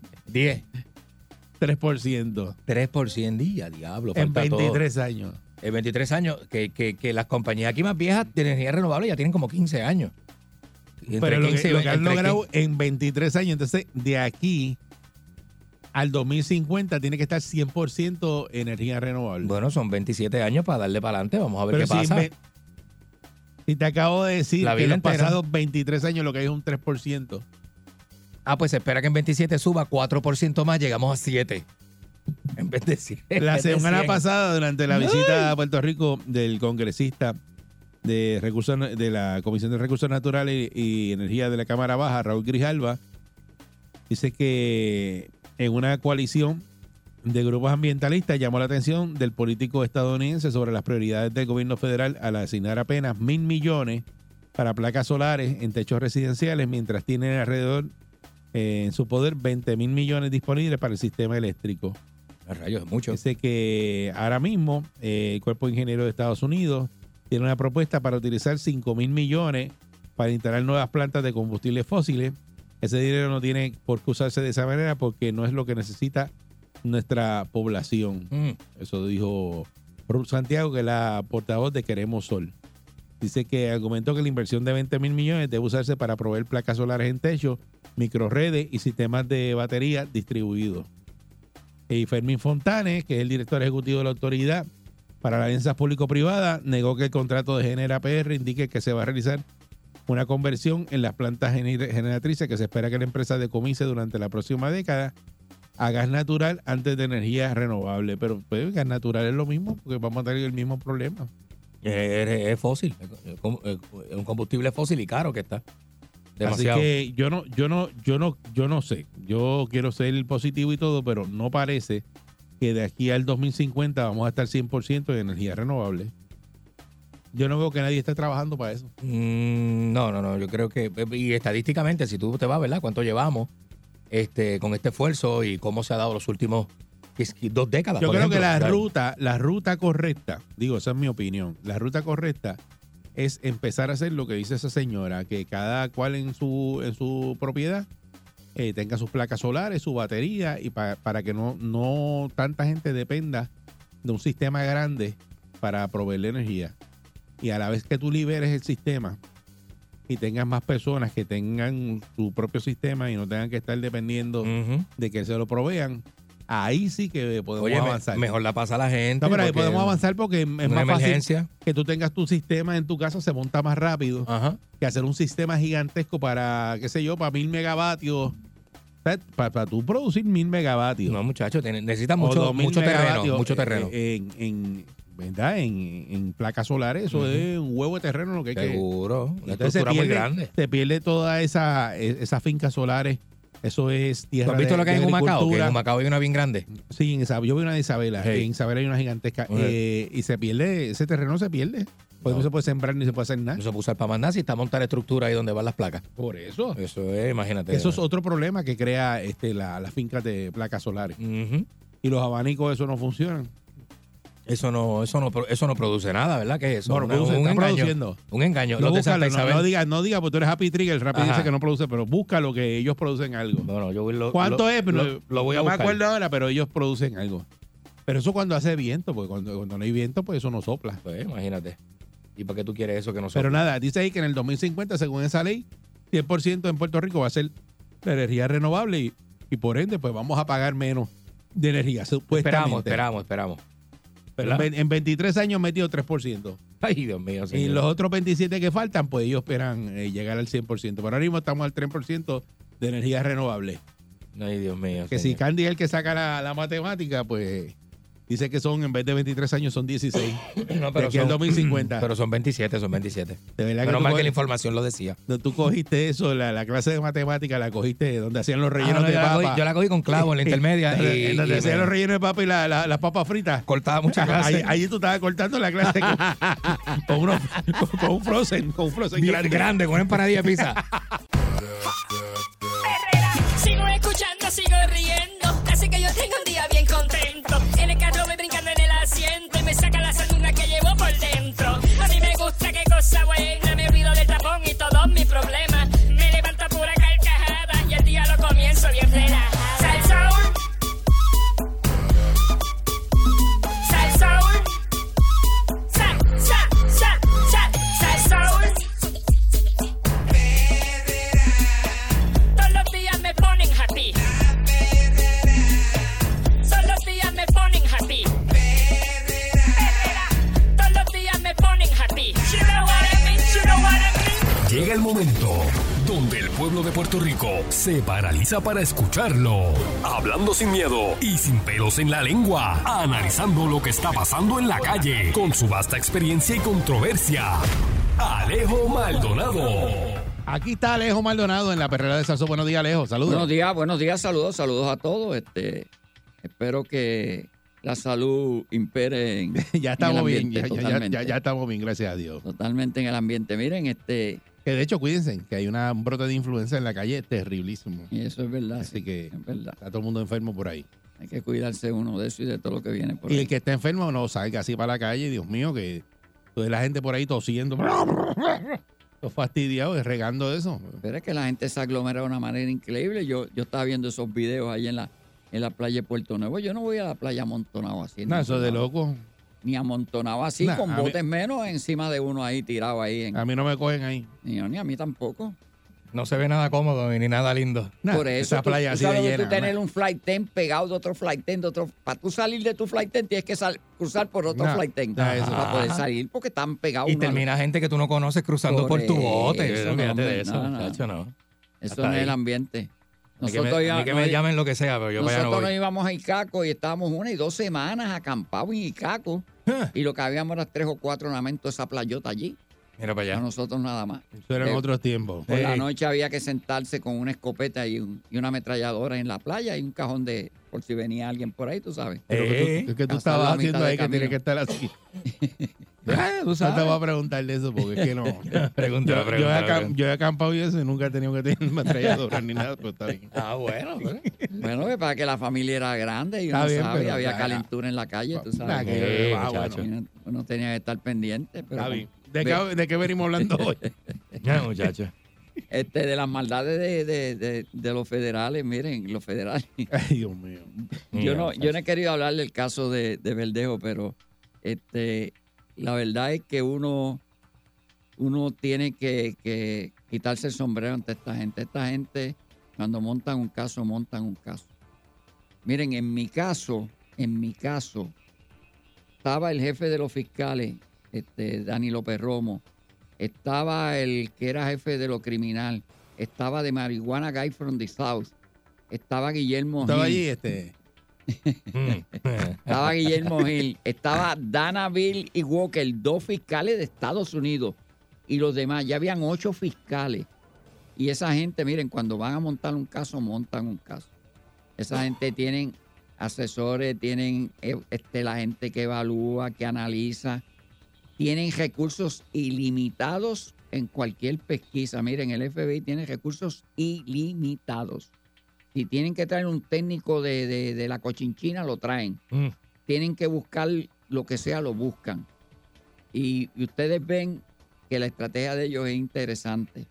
3%. 3% día, diablo. En falta 23 todo. años. En 23 años, que las compañías aquí más viejas de energía renovable ya tienen como 15 años. Y entre Pero lo 15 que han entre logrado en 23 años, entonces de aquí al 2050 tiene que estar 100% energía renovable. Bueno, son 27 años para darle para adelante. Vamos a ver Pero qué pasa. Y te acabo de decir La que en vida los entera. pasados 23 años lo que hay es un 3%. Pues se espera que en 27 suba 4% más, llegamos a 7. En vez de 100. La semana 100. pasada, durante la visita a Puerto Rico del congresista de la Comisión de Recursos Naturales y Energía de la Cámara Baja, Raúl Grijalva, dice que en una coalición de grupos ambientalistas llamó la atención del político estadounidense sobre las prioridades del gobierno federal al asignar apenas 1,000 millones para placas solares en techos residenciales, mientras tienen alrededor en su poder 20,000 millones disponibles para el sistema eléctrico. Rayos, es mucho. Dice que ahora mismo el Cuerpo de Ingenieros de Estados Unidos tiene una propuesta para utilizar 5,000 millones para instalar nuevas plantas de combustibles fósiles. Ese dinero no tiene por qué usarse de esa manera porque no es lo que necesita nuestra población. Eso dijo Ruth Santiago, que es la portavoz de Queremos Sol. Dice que argumentó que la inversión de 20,000 millones debe usarse para proveer placas solares en techo microredes y sistemas de batería distribuidos. Y Fermín Fontanes, que es el director ejecutivo de la Autoridad para las Alianzas Público-Privadas, negó que el contrato de Genera PR indique que se va a realizar una conversión en las plantas generatrices que se espera que la empresa decomise durante la próxima década a gas natural antes de energía renovable. Pero pues, gas natural es lo mismo, porque vamos a tener el mismo problema. Es fósil, es un combustible fósil y caro que está. Demasiado. Así que yo no sé. Yo quiero ser positivo y todo, pero no parece que de aquí al 2050 vamos a estar 100% en energía renovable. Yo no veo que nadie esté trabajando para eso. No. Yo creo que, y estadísticamente, si tú te vas, ¿verdad? ¿Cuánto llevamos con este esfuerzo y cómo se ha dado los últimos 2 décadas? Yo por creo ejemplo, que la ruta correcta, digo, esa es mi opinión, la ruta correcta es empezar a hacer lo que dice esa señora, que cada cual en su propiedad tenga sus placas solares, su batería, y para que no tanta gente dependa de un sistema grande para proveerle energía. Y a la vez que tú liberes el sistema y tengas más personas que tengan su propio sistema y no tengan que estar dependiendo de que se lo provean, ahí sí que podemos avanzar. Mejor la pasa a la gente. No, pero ahí podemos avanzar porque es más emergencia. fácil que tú tengas tu sistema en tu casa, se monta más rápido que hacer un sistema gigantesco para, qué sé yo, para 1000 megavatios. Para tú producir 1000 megavatios. No, muchachos, necesitas mucho terreno. ¿Verdad? En placas solares, eso es un huevo de terreno lo que hay que. Seguro, una Entonces estructura muy grande. Se pierde toda esas fincas solares. Eso es tierra. ¿Tú has visto lo que hay en Humacao? Que en Humacao hay una bien grande. Sí, yo vi una de Isabela. Hey. En Isabela hay una gigantesca. Y se pierde, ese terreno se pierde. Pues no se puede sembrar ni se puede hacer nada. No se puede usar para más nada si está montada la estructura ahí donde van las placas. Por eso. Eso es, imagínate. Eso es otro problema que crea las fincas de placas solares. Y los abanicos, eso no funcionan. Eso no produce nada, ¿verdad? ¿Qué es eso? No, produce, está produciendo. Un engaño. No, búscalo, no diga, porque tú eres Happy Trigger, el Rapid dice que no produce, pero busca lo que ellos producen algo. No, yo ¿Cuánto es? Lo voy a buscar. No me acuerdo ahora, pero ellos producen algo. Pero eso cuando hace viento, porque cuando no hay viento, pues eso no sopla. Pues imagínate. ¿Y para qué tú quieres eso que no sopla? Pero nada, dice ahí que en el 2050, según esa ley, 100% en Puerto Rico va a ser de energía renovable y por ende, pues vamos a pagar menos de energía, supuestamente. Esperamos. Pero en 23 años metido 3%. Ay, Dios mío, señor. Y los otros 27 que faltan, pues ellos esperan llegar al 100%. Pero ahora mismo estamos al 3% de energía renovable. Ay, Dios mío. Que señor. si Candy es el que saca la matemática, pues dice que son, en vez de 23 años, son 16. No, de aquí al 2050. Pero son 27. De verdad Menos mal que la información lo decía. Tú cogiste eso, la clase de matemática, la cogiste donde hacían los rellenos de papa. Yo la cogí con clavo en la intermedia. Donde hacían los rellenos de papa y las papas fritas. Cortaba muchas clases. Ahí tú estabas cortando la clase con un frozen grande, con una empanadilla de pizza. Sigo escuchando, sigo riendo, así que yo tengo un día bien contento. En el carro voy brincando en el asiento y me saca la sanduna que llevo por dentro. A mí me gusta, qué cosa buena, me olvido del tapón y todos mis problemas. Me levanto a pura carcajada y el día lo comienzo bien relajada. Sal Soul, todos los días me ponen happy. Todos los días me ponen happy. Todos los días me ponen happy. You know what I mean, you know what I mean. Llega el momento donde el pueblo de Puerto Rico se paraliza para escucharlo. Hablando sin miedo y sin pelos en la lengua. Analizando lo que está pasando en la calle. Con su vasta experiencia y controversia. Alejo Maldonado. Aquí está Alejo Maldonado en la perrera de Salsón. Buenos días, Alejo. Saludos. Buenos días, saludos a todos. Espero que la salud impere en ya estamos en el ambiente, bien, ya estamos bien, gracias a Dios. Totalmente en el ambiente. Miren, que de hecho, cuídense, que hay un brote de influenza en la calle terriblísimo. Y eso es verdad. Así que es verdad. Está todo el mundo enfermo por ahí. Hay que cuidarse uno de eso y de todo lo que viene por ahí. Y el que está enfermo no salga así para la calle, Dios mío, que toda la gente por ahí tosiendo. Los fastidiados, regando eso. Pero es que la gente se aglomera de una manera increíble. Yo estaba viendo esos videos ahí en la playa de Puerto Nuevo. Yo no voy a la playa amontonado así. No, eso es de loco. Ni amontonado así, con botes menos encima de uno ahí, tirado ahí. A mí no me cogen ahí. Ni a mí tampoco. No se ve nada cómodo ni nada lindo. Por eso, esa playa tú así de sabes que llena, tú tener un flight 10 pegado de otro flight 10, de otro. Para tú salir de tu flight 10 tienes que cruzar por otro flight 10 para poder salir porque están pegados. Y termina gente que tú no conoces cruzando por tu bote. eso, Fíjate hombre, de eso, no. muchacho, no. Eso Hasta no es ahí. el ambiente. A mí que me llamen lo que sea, pero yo para allá no Nosotros nos voy. íbamos a Icaco y estábamos 1 y 2 semanas acampados en Icaco. Y lo que habíamos era 3 o 4 ornamentos, esa playota allí. Mira para allá. A nosotros nada más. Eso eran otros tiempos. Por la noche había que sentarse con una escopeta y una ametralladora en la playa y un cajón de, por si venía alguien por ahí, tú sabes. Pero es que tú estabas haciendo ahí que tiene que estar así. Tú No sabes. te voy a preguntar de eso porque es que no. Pregúntale. Yo he acampado y eso y nunca he tenido que tener ametralladoras ni nada, pero está bien. Bueno. Bueno, que para que la familia era grande y Está uno bien, sabe, pero había ya, calentura en la calle, tú sabes. muchacho. Uno tenía que estar pendiente. Pero Está bien. ¿De qué venimos hablando hoy? Ya, muchacho. De las maldades de los federales, miren, los federales. Ay, Dios mío. Yo no he querido hablar del caso de Verdejo, pero la verdad es que uno tiene que quitarse el sombrero ante esta gente. Esta gente, cuando montan un caso. Miren, en mi caso, estaba el jefe de los fiscales, Dani López Romo, estaba el que era jefe de lo criminal, estaba de Marihuana Guy from the South, estaba Guillermo Estaba Gil. allí Estaba Guillermo Gil, estaba Dana Bill y Walker, 2 fiscales de Estados Unidos. Y los demás, ya habían 8 fiscales. Y esa gente, miren, cuando van a montar un caso, montan un caso. Esa gente tienen asesores, tienen la gente que evalúa, que analiza. Tienen recursos ilimitados en cualquier pesquisa. Miren, el FBI tiene recursos ilimitados. Si tienen que traer un técnico de la Cochinchina, lo traen. Tienen que buscar lo que sea, lo buscan. Y ustedes ven que la estrategia de ellos es interesante.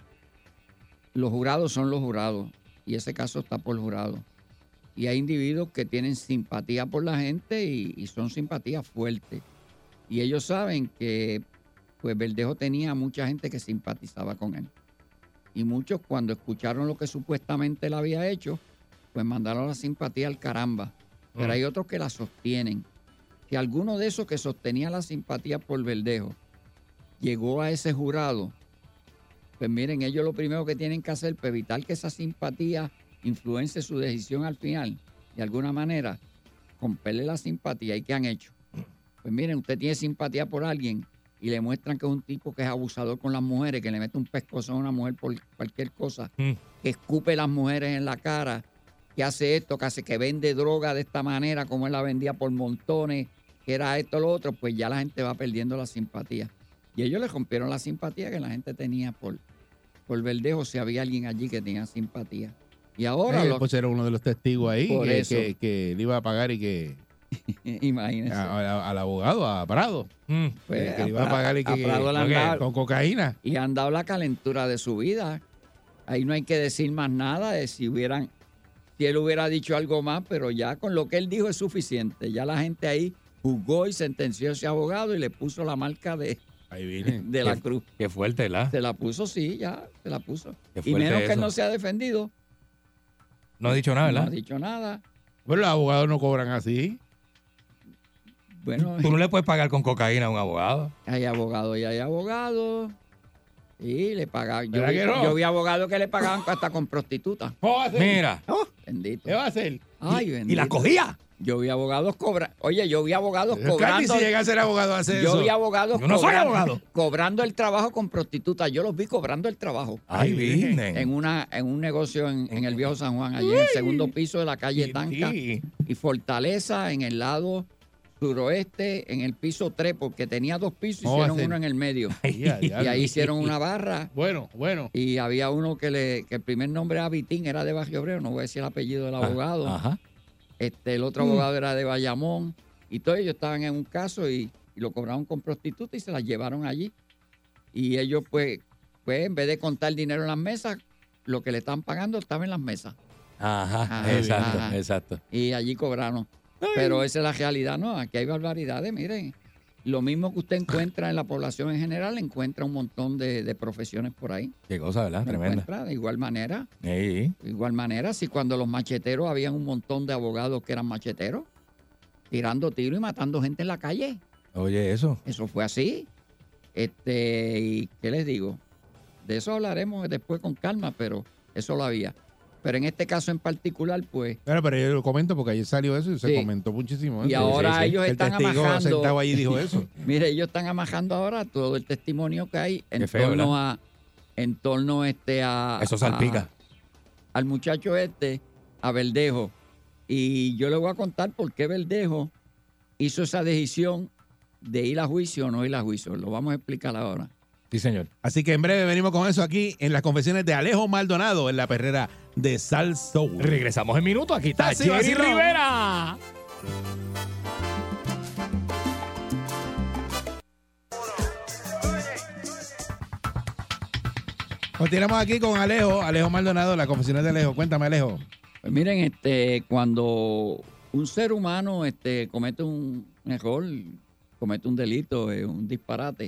Los jurados son los jurados. Y ese caso está por jurado. Y hay individuos que tienen simpatía por la gente y son simpatías fuertes. Y ellos saben que pues Verdejo tenía mucha gente que simpatizaba con él. Y muchos, cuando escucharon lo que supuestamente él había hecho, pues mandaron la simpatía al caramba. Pero hay otros que la sostienen. Si alguno de esos que sostenía la simpatía por Verdejo llegó a ese jurado, pues miren, ellos lo primero que tienen que hacer para evitar que esa simpatía influencie su decisión al final, de alguna manera, romperle la simpatía. ¿Y qué han hecho? Pues miren, usted tiene simpatía por alguien y le muestran que es un tipo que es abusador con las mujeres, que le mete un pescozón a una mujer por cualquier cosa, que escupe a las mujeres en la cara, que hace esto, que vende droga de esta manera, como él la vendía por montones, que era esto, lo otro, pues ya la gente va perdiendo la simpatía. Y ellos le rompieron la simpatía que la gente tenía por Verdejo, si había alguien allí que tenía simpatía. Y ahora... pues era uno de los testigos ahí Por eso. que le iba a pagar y que... Imagínense. Al abogado, a Prado. Pues, que le iba a pagar y a Prado le han dado- con cocaína. Y han dado la calentura de su vida. Ahí no hay que decir más nada de si él hubiera dicho algo más, pero ya con lo que él dijo es suficiente. Ya la gente ahí juzgó y sentenció a ese abogado y le puso la marca de la cruz. Qué fuerte, ¿verdad? Se la puso, sí, ya, se la puso. Qué Y fuerte menos que él eso. no se ha defendido. No ha dicho nada, No ha ¿verdad? dicho nada. Bueno, los abogados no cobran así. Bueno, Tú no le puedes pagar con cocaína a un abogado. hay abogados y hay abogados. Y le pagaban. ¿Verdad que no? Yo vi abogados que le pagaban hasta con prostitutas. Mira. Bendito. ¿Qué va a hacer? Ay, bendito. ¿Y la cogía? Yo vi abogados cobrando. Oye, yo vi abogados Carly, cobrando. si llega a ser abogado, hace Yo eso. vi abogados Yo no soy abogado. cobrando el trabajo con prostitutas. Yo los vi cobrando el trabajo. Ay, Virgen. En un negocio en el viejo San Juan, allí en el segundo piso de la calle Tanca y Fortaleza, en el lado suroeste, en el piso 3, porque tenía 2 pisos, ¿Cómo va a hicieron ser? uno en el medio. Ay, ya, Y diablo. ahí hicieron una barra. Bueno. Y había uno que el primer nombre era Vitín, era de Barrio Obrero, no voy a decir el apellido del abogado. Ajá. El otro abogado era de Bayamón. Y todos ellos estaban en un caso y lo cobraron con prostitutas y se las llevaron allí. Y ellos, pues, en vez de contar dinero en las mesas, lo que le estaban pagando estaba en las mesas. Ajá, exacto, ajá. exacto. Y allí cobraron. Pero esa es la realidad, ¿no? Aquí hay barbaridades, miren. Lo mismo que usted encuentra en la población en general, encuentra un montón de profesiones por ahí. Qué cosa, ¿verdad? Lo Tremenda. encuentra de igual manera. Sí. De igual manera, si cuando los macheteros habían un montón de abogados que eran macheteros, tirando tiro y matando gente en la calle. Oye, eso. Eso fue así. ¿Y qué les digo? De eso hablaremos después con calma, pero eso lo había. Pero en este caso en particular, pues... Bueno, pero yo lo comento porque ayer salió eso y se Sí. comentó muchísimo. Y ahora ellos El están testigo amajando. sentado ahí dijo eso. Mire, ellos están amajando ahora todo el testimonio que hay en Qué feo, torno ¿verdad? a Eso salpica. al muchacho a Verdejo. Y yo le voy a contar por qué Verdejo hizo esa decisión de ir a juicio o no ir a juicio. Lo vamos a explicar ahora. Sí, señor. Así que en breve venimos con eso aquí en las confesiones de Alejo Maldonado en la perrera de Sal Soul. Regresamos en minutos. Aquí está Así, Jerry vacilón. Rivera. Continuamos aquí con Alejo Maldonado, las confesiones de Alejo. Cuéntame, Alejo. Pues miren, cuando un ser humano comete un error, comete un delito, un disparate,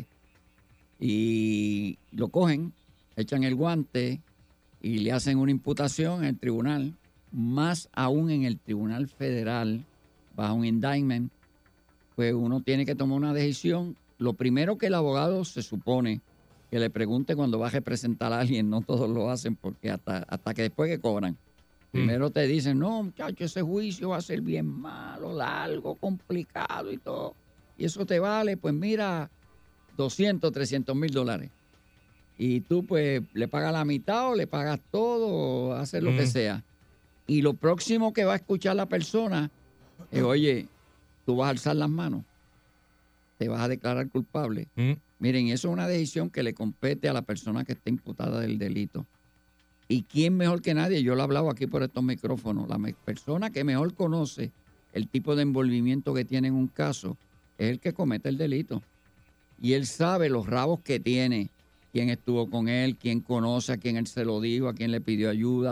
y lo cogen, echan el guante y le hacen una imputación en el tribunal, más aún en el tribunal federal, bajo un indictment, pues uno tiene que tomar una decisión. Lo primero que el abogado se supone que le pregunte cuando va a representar a alguien, no todos lo hacen porque hasta que después que cobran. Primero te dicen, no, muchacho, ese juicio va a ser bien malo, largo, complicado y todo. Y eso te vale, pues mira, 200, 300 mil dólares. Y tú pues le pagas la mitad o le pagas todo o haces lo que sea. Y lo próximo que va a escuchar la persona es, oye, tú vas a alzar las manos, te vas a declarar culpable. Miren, eso es una decisión que le compete a la persona que está imputada del delito. ¿Y quién mejor que nadie? Yo lo he hablado aquí por estos micrófonos. La persona que mejor conoce el tipo de envolvimiento que tiene en un caso es el que comete el delito. Y él sabe los rabos que tiene, quién estuvo con él, quién conoce, a quién él se lo dijo, a quién le pidió ayuda,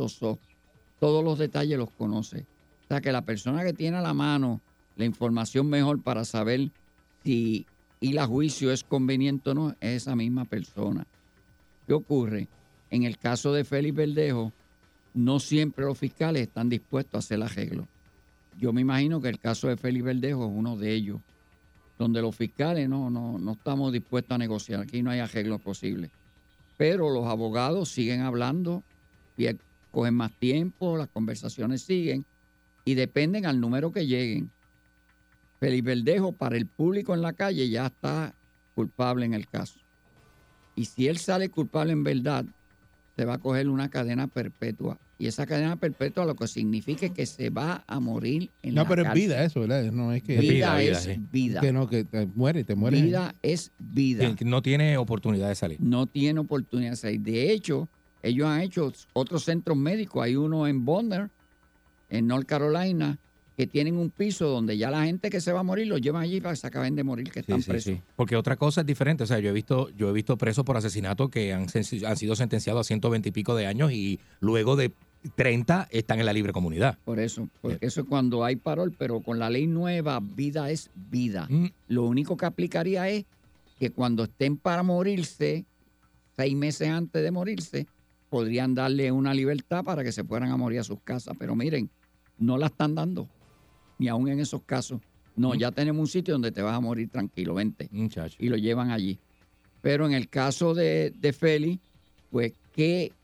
Todos los detalles los conoce. O sea que la persona que tiene a la mano la información mejor para saber si ir a juicio es conveniente o no, es esa misma persona. ¿Qué ocurre? En el caso de Félix Verdejo, no siempre los fiscales están dispuestos a hacer arreglo. Yo me imagino que el caso de Félix Verdejo es uno de ellos, donde los fiscales no estamos dispuestos a negociar. Aquí no hay arreglo posible. Pero los abogados siguen hablando, cogen más tiempo, las conversaciones siguen y dependen al número que lleguen. Félix Verdejo, para el público en la calle, ya está culpable en el caso. Y si él sale culpable en verdad, se va a coger una cadena perpetua. Y esa cadena perpetua lo que significa es que se va a morir en la No, pero es cárcel. vida eso, ¿verdad? No es que... Vida es sí. vida. Que no, que te mueres. Vida es vida. Que no tiene oportunidad de salir. No tiene oportunidad de salir. De hecho, ellos han hecho otros centros médicos. Hay uno en Bonner, en North Carolina, que tienen un piso donde ya la gente que se va a morir los llevan allí para que se acaben de morir, que están presos. Porque otra cosa es diferente. O sea, yo he visto presos por asesinato que han sido sentenciados a 120 y pico de años y luego de 30 están en la libre comunidad. Por eso, porque eso es cuando hay parol, pero con la ley nueva, vida es vida. Lo único que aplicaría es que cuando estén para morirse, 6 meses antes de morirse, podrían darle una libertad para que se fueran a morir a sus casas. Pero miren, no la están dando, ni aún en esos casos. No, ya tenemos un sitio donde te vas a morir tranquilo, vente. Muchacho. Y lo llevan allí. Pero en el caso de Félix, pues, ¿qué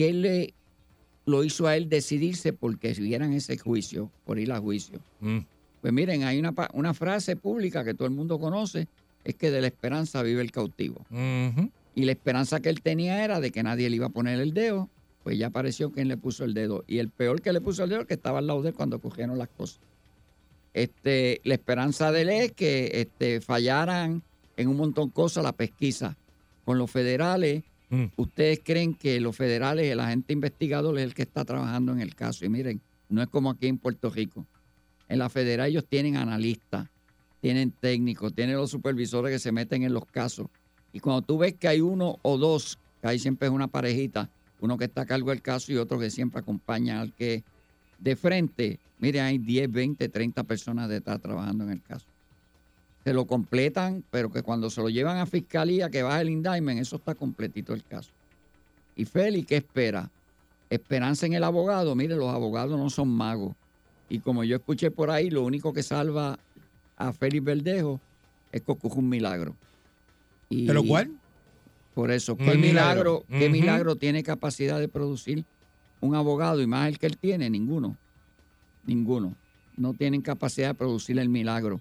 lo hizo a él decidirse porque siguieran ese juicio, por ir a juicio? Pues miren, hay una frase pública que todo el mundo conoce, es que de la esperanza vive el cautivo. Y la esperanza que él tenía era de que nadie le iba a poner el dedo, pues ya apareció quien le puso el dedo. Y el peor que le puso el dedo es el que estaba al lado de él cuando cogieron las cosas. La esperanza de él es que fallaran en un montón de cosas la pesquisa. Con los federales, ¿ustedes creen que los federales, el agente investigador es el que está trabajando en el caso? Y miren, no es como aquí en Puerto Rico. En la federal ellos tienen analistas, tienen técnicos, tienen los supervisores que se meten en los casos. Y cuando tú ves que hay uno o dos, que ahí siempre es una parejita, uno que está a cargo del caso y otro que siempre acompaña al que de frente, mire, hay 10, 20, 30 personas detrás trabajando en el caso. se lo completan, pero que cuando se lo llevan a fiscalía, que baja el indictment, eso está completito el caso. Y Félix, ¿qué espera? Esperanza en el abogado. Mire, los abogados no son magos. Y como yo escuché por ahí, lo único que salva a Félix Verdejo es que ocurre un milagro. Y ¿Pero cuál? Por eso, Un ¿qué milagro. ¿qué Ujú. milagro tiene capacidad de producir un abogado? Y más el que él tiene, ninguno. Ninguno. No tienen capacidad de producir el milagro.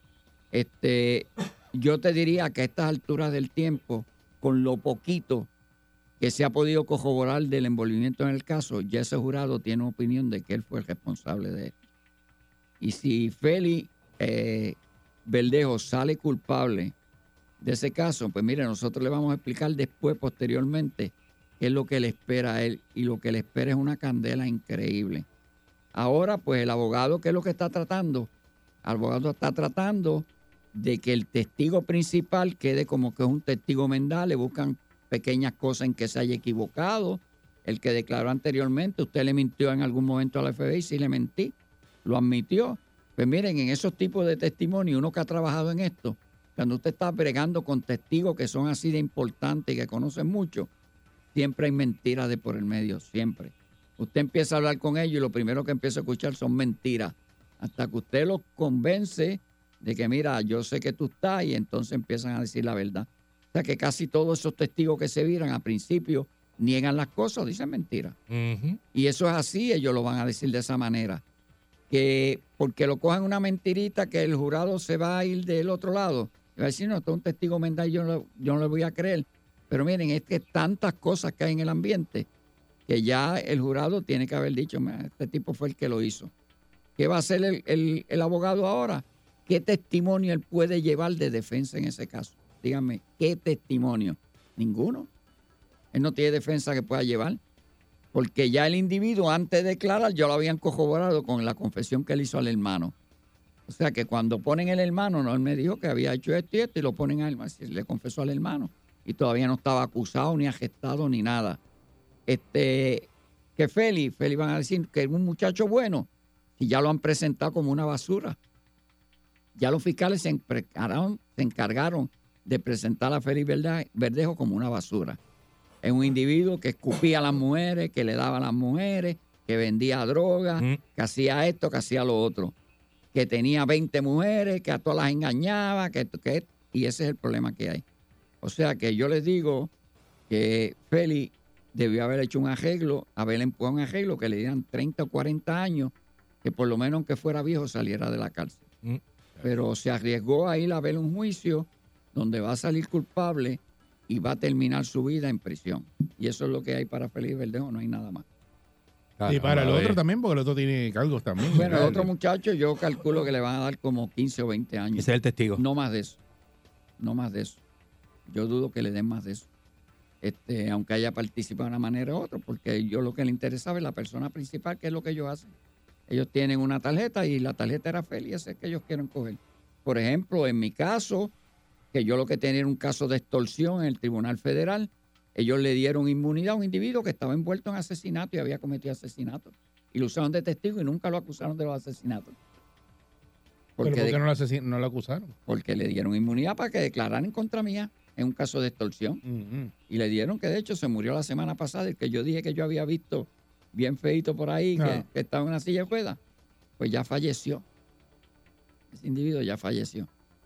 Yo te diría que a estas alturas del tiempo, con lo poquito que se ha podido corroborar del envolvimiento en el caso, ya ese jurado tiene opinión de que él fue el responsable de esto. Y si Félix Verdejo sale culpable de ese caso, pues mire, nosotros le vamos a explicar después, posteriormente, qué es lo que le espera a él. Y lo que le espera es una candela increíble. Ahora, pues el abogado, ¿qué es lo que está tratando? El abogado está tratando de que el testigo principal quede como que es un testigo mendal, le buscan pequeñas cosas en que se haya equivocado. El que declaró anteriormente, usted le mintió en algún momento a la FBI, sí le mentí, lo admitió. Pues miren, en esos tipos de testimonios, uno que ha trabajado en esto, cuando usted está bregando con testigos que son así de importantes y que conocen mucho, siempre hay mentiras de por el medio, siempre. Usted empieza a hablar con ellos y lo primero que empieza a escuchar son mentiras, hasta que usted los convence de que, mira, yo sé que tú estás, y entonces empiezan a decir la verdad. O sea que casi todos esos testigos que se viran al principio niegan las cosas, dicen mentiras. Y eso es así, ellos lo van a decir de esa manera. Que porque lo cojan una mentirita, que el jurado se va a ir del otro lado. Y va a decir, no, esto es un testigo mendal, yo no le voy a creer. Pero miren, es que tantas cosas que hay en el ambiente que ya el jurado tiene que haber dicho, este tipo fue el que lo hizo. ¿Qué va a hacer el abogado ahora? ¿Qué testimonio él puede llevar de defensa en ese caso? Díganme, ¿qué testimonio? Ninguno. Él no tiene defensa que pueda llevar. Porque ya el individuo, antes de declarar, ya lo habían corroborado con la confesión que él hizo al hermano. O sea que cuando ponen el hermano, no, él me dijo que había hecho esto y esto, y lo ponen a él, le confesó al hermano. Y todavía no estaba acusado, ni arrestado, ni nada. Que Félix van a decir que es un muchacho bueno, y ya lo han presentado como una basura. Ya los fiscales se encargaron de presentar a Félix Verdejo como una basura. Es un individuo que escupía a las mujeres, que le daba a las mujeres, que vendía droga, que hacía esto, que hacía lo otro. Que tenía 20 mujeres, que a todas las engañaba, y ese es el problema que hay. O sea que yo les digo que Félix debió haber hecho un arreglo, haber empujado un arreglo que le dieran 30 o 40 años, que por lo menos aunque fuera viejo saliera de la cárcel. Pero se arriesgó a ir a ver un juicio donde va a salir culpable y va a terminar su vida en prisión. Y eso es lo que hay para Félix Verdejo, no hay nada más. Y para el otro también, porque el otro tiene cargos también. Bueno, el otro muchacho yo calculo que le van a dar como 15 o 20 años. Ese es el testigo. No más de eso. No más de eso. Yo dudo que le den más de eso. Aunque haya participado de una manera u otra, porque yo lo que le interesaba es la persona principal, que es lo que ellos hacen. Ellos tienen una tarjeta y la tarjeta era Félix, ese es que ellos quieren coger. Por ejemplo, en mi caso, que yo lo que tenía era un caso de extorsión en el Tribunal Federal, ellos le dieron inmunidad a un individuo que estaba envuelto en asesinato y había cometido asesinato. Y lo usaron de testigo y nunca lo acusaron de los asesinatos. ¿Pero por qué no lo acusaron? Porque le dieron inmunidad para que declararan en contra mía en un caso de extorsión. Y le dieron que, de hecho, se murió la semana pasada, el que yo dije que yo había visto bien feito por ahí, que estaba en una silla de ruedas, pues ya falleció. Ese individuo ya falleció.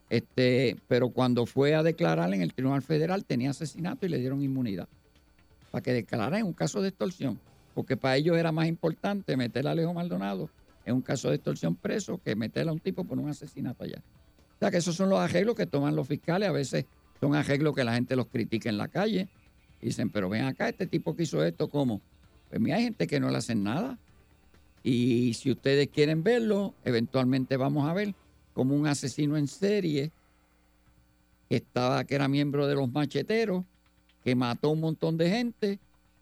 Pero cuando fue a declarar en el Tribunal Federal tenía asesinato y le dieron inmunidad para que declarara en un caso de extorsión, porque para ellos era más importante meter a Alejo Maldonado en un caso de extorsión preso que meter a un tipo por un asesinato allá. O sea que esos son los arreglos que toman los fiscales. A veces son arreglos que la gente los critica en la calle y dicen, pero ven acá, este tipo que hizo esto, ¿cómo? Pues mira, hay gente que no le hacen nada. Y si ustedes quieren verlo, eventualmente vamos a ver como un asesino en serie que era miembro de los macheteros, que mató un montón de gente,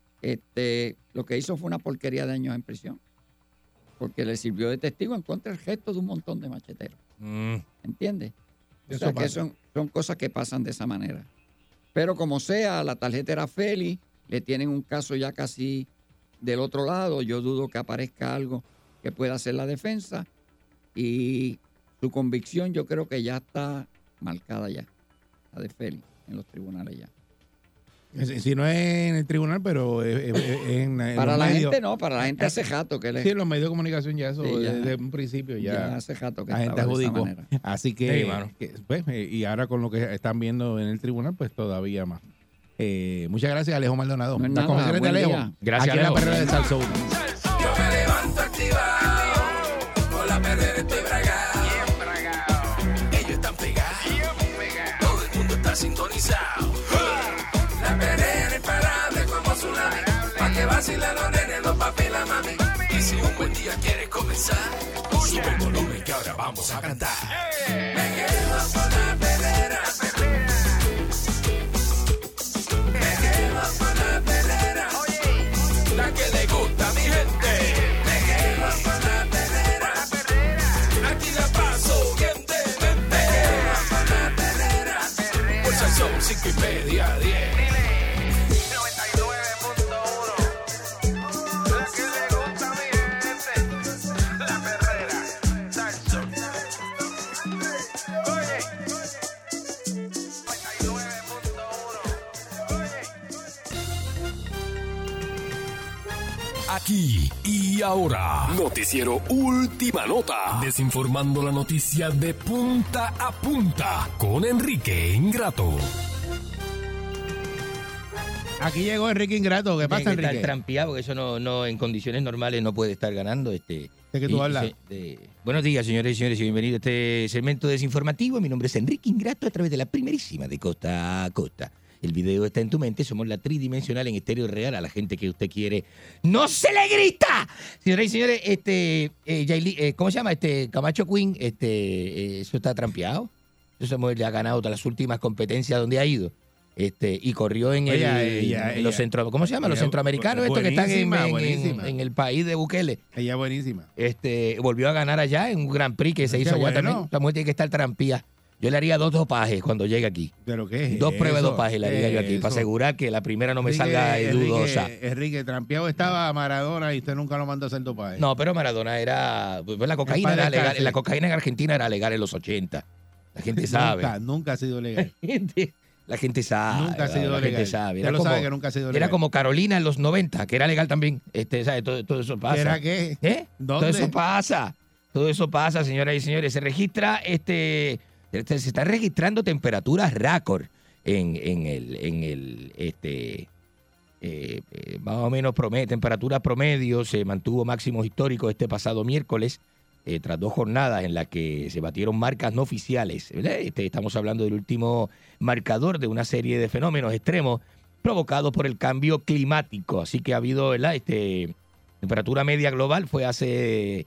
lo que hizo fue una porquería de años en prisión, porque le sirvió de testigo en contra del gesto de un montón de macheteros. ¿Entiendes? O sea que son cosas que pasan de esa manera. Pero como sea, la tarjeta era Félix, le tienen un caso ya casi del otro lado. Yo dudo que aparezca algo que pueda hacer la defensa, y su convicción yo creo que ya está marcada ya. La de Félix en los tribunales ya. Si no es en el tribunal, pero es en Para los la medios. gente no, para la gente hace jato que Sí, en los medios de comunicación ya eso, Sí, ya. desde un principio ya hace jato que la gente estaba de esa adjudicó. manera. Así que, Sí, mano. pues, y ahora con lo que están viendo en el tribunal, pues todavía más. Muchas gracias, Alejo Maldonado. No es Las nada, confesiones de buen Alejo. día. Gracias, Aquí en la Alejo. perrera de Salsoul. Yo me levanto activado, con la perrera estoy bragado. Ellos están pegados, todo el mundo está sintonizado. La perrera imparable como tsunami, pa' que vacilan los nenes, los papi y la mami. Y si un buen día quieres comenzar, sube el volumen que ahora vamos a cantar. Me quedo con la perrera. Me quedo con la perrera. La que le gusta a mi gente. Me quedo con la perrera. Aquí la paso bien de mente. Me quedo con la perrera. Por Salsón 5:30 a 10. 99.1. La que le gusta a mi gente. La perrera. Salsón. Oye. 99.1. Aquí y ahora, noticiero Última Nota, desinformando la noticia de punta a punta con Enrique Ingrato. Aquí llegó Enrique Ingrato. ¿Qué pasa, Tiene que estar Enrique? trampeado, porque eso no en condiciones normales no puede estar ganando. ¿De qué tú hablas? Buenos días, señores y señores, y bienvenidos a este segmento desinformativo. Mi nombre es Enrique Ingrato, a través de la primerísima de costa a costa. El video está en tu mente, somos la tridimensional en estéreo real a la gente que usted quiere. ¡No se le grita! Señoras y señores, ¿cómo se llama? Camacho Queen, eso está trampeado. Esa mujer ya ha ganado todas las últimas competencias donde ha ido. Y corrió en los centro, ¿cómo se llama? Los centroamericanos, estos que están en el país de Bukele. Ella es buenísima. Volvió a ganar allá en un Grand Prix que se hizo allá también. Esta mujer tiene que estar trampía. Yo le haría 2 dopajes cuando llegue aquí. ¿Pero qué es 2 pruebas de eso? dopaje le haría yo aquí, para asegurar que la primera no me salga dudosa. Enrique, trampeado estaba Maradona y usted nunca lo mandó a hacer dopaje. No, pero Maradona era... Pues la cocaína era legal. La cocaína en Argentina era legal en los 80. La gente sabe. Nunca ha sido legal. La gente sabe. Nunca ha sido la legal. gente sabe. Ya lo sabe que nunca ha sido legal. Era como Carolina en los 90, que era legal también. ¿Sabe? Todo eso pasa. ¿Era qué? Todo ¿Dónde? eso pasa. Todo eso pasa, señoras y señores. Se registra se están registrando temperaturas récord en el más o menos temperatura promedio. Se mantuvo máximos históricos este pasado miércoles, tras 2 jornadas en las que se batieron marcas no oficiales, ¿verdad? Estamos hablando del último marcador de una serie de fenómenos extremos provocados por el cambio climático. Así que ha habido, ¿verdad? Temperatura media global fue de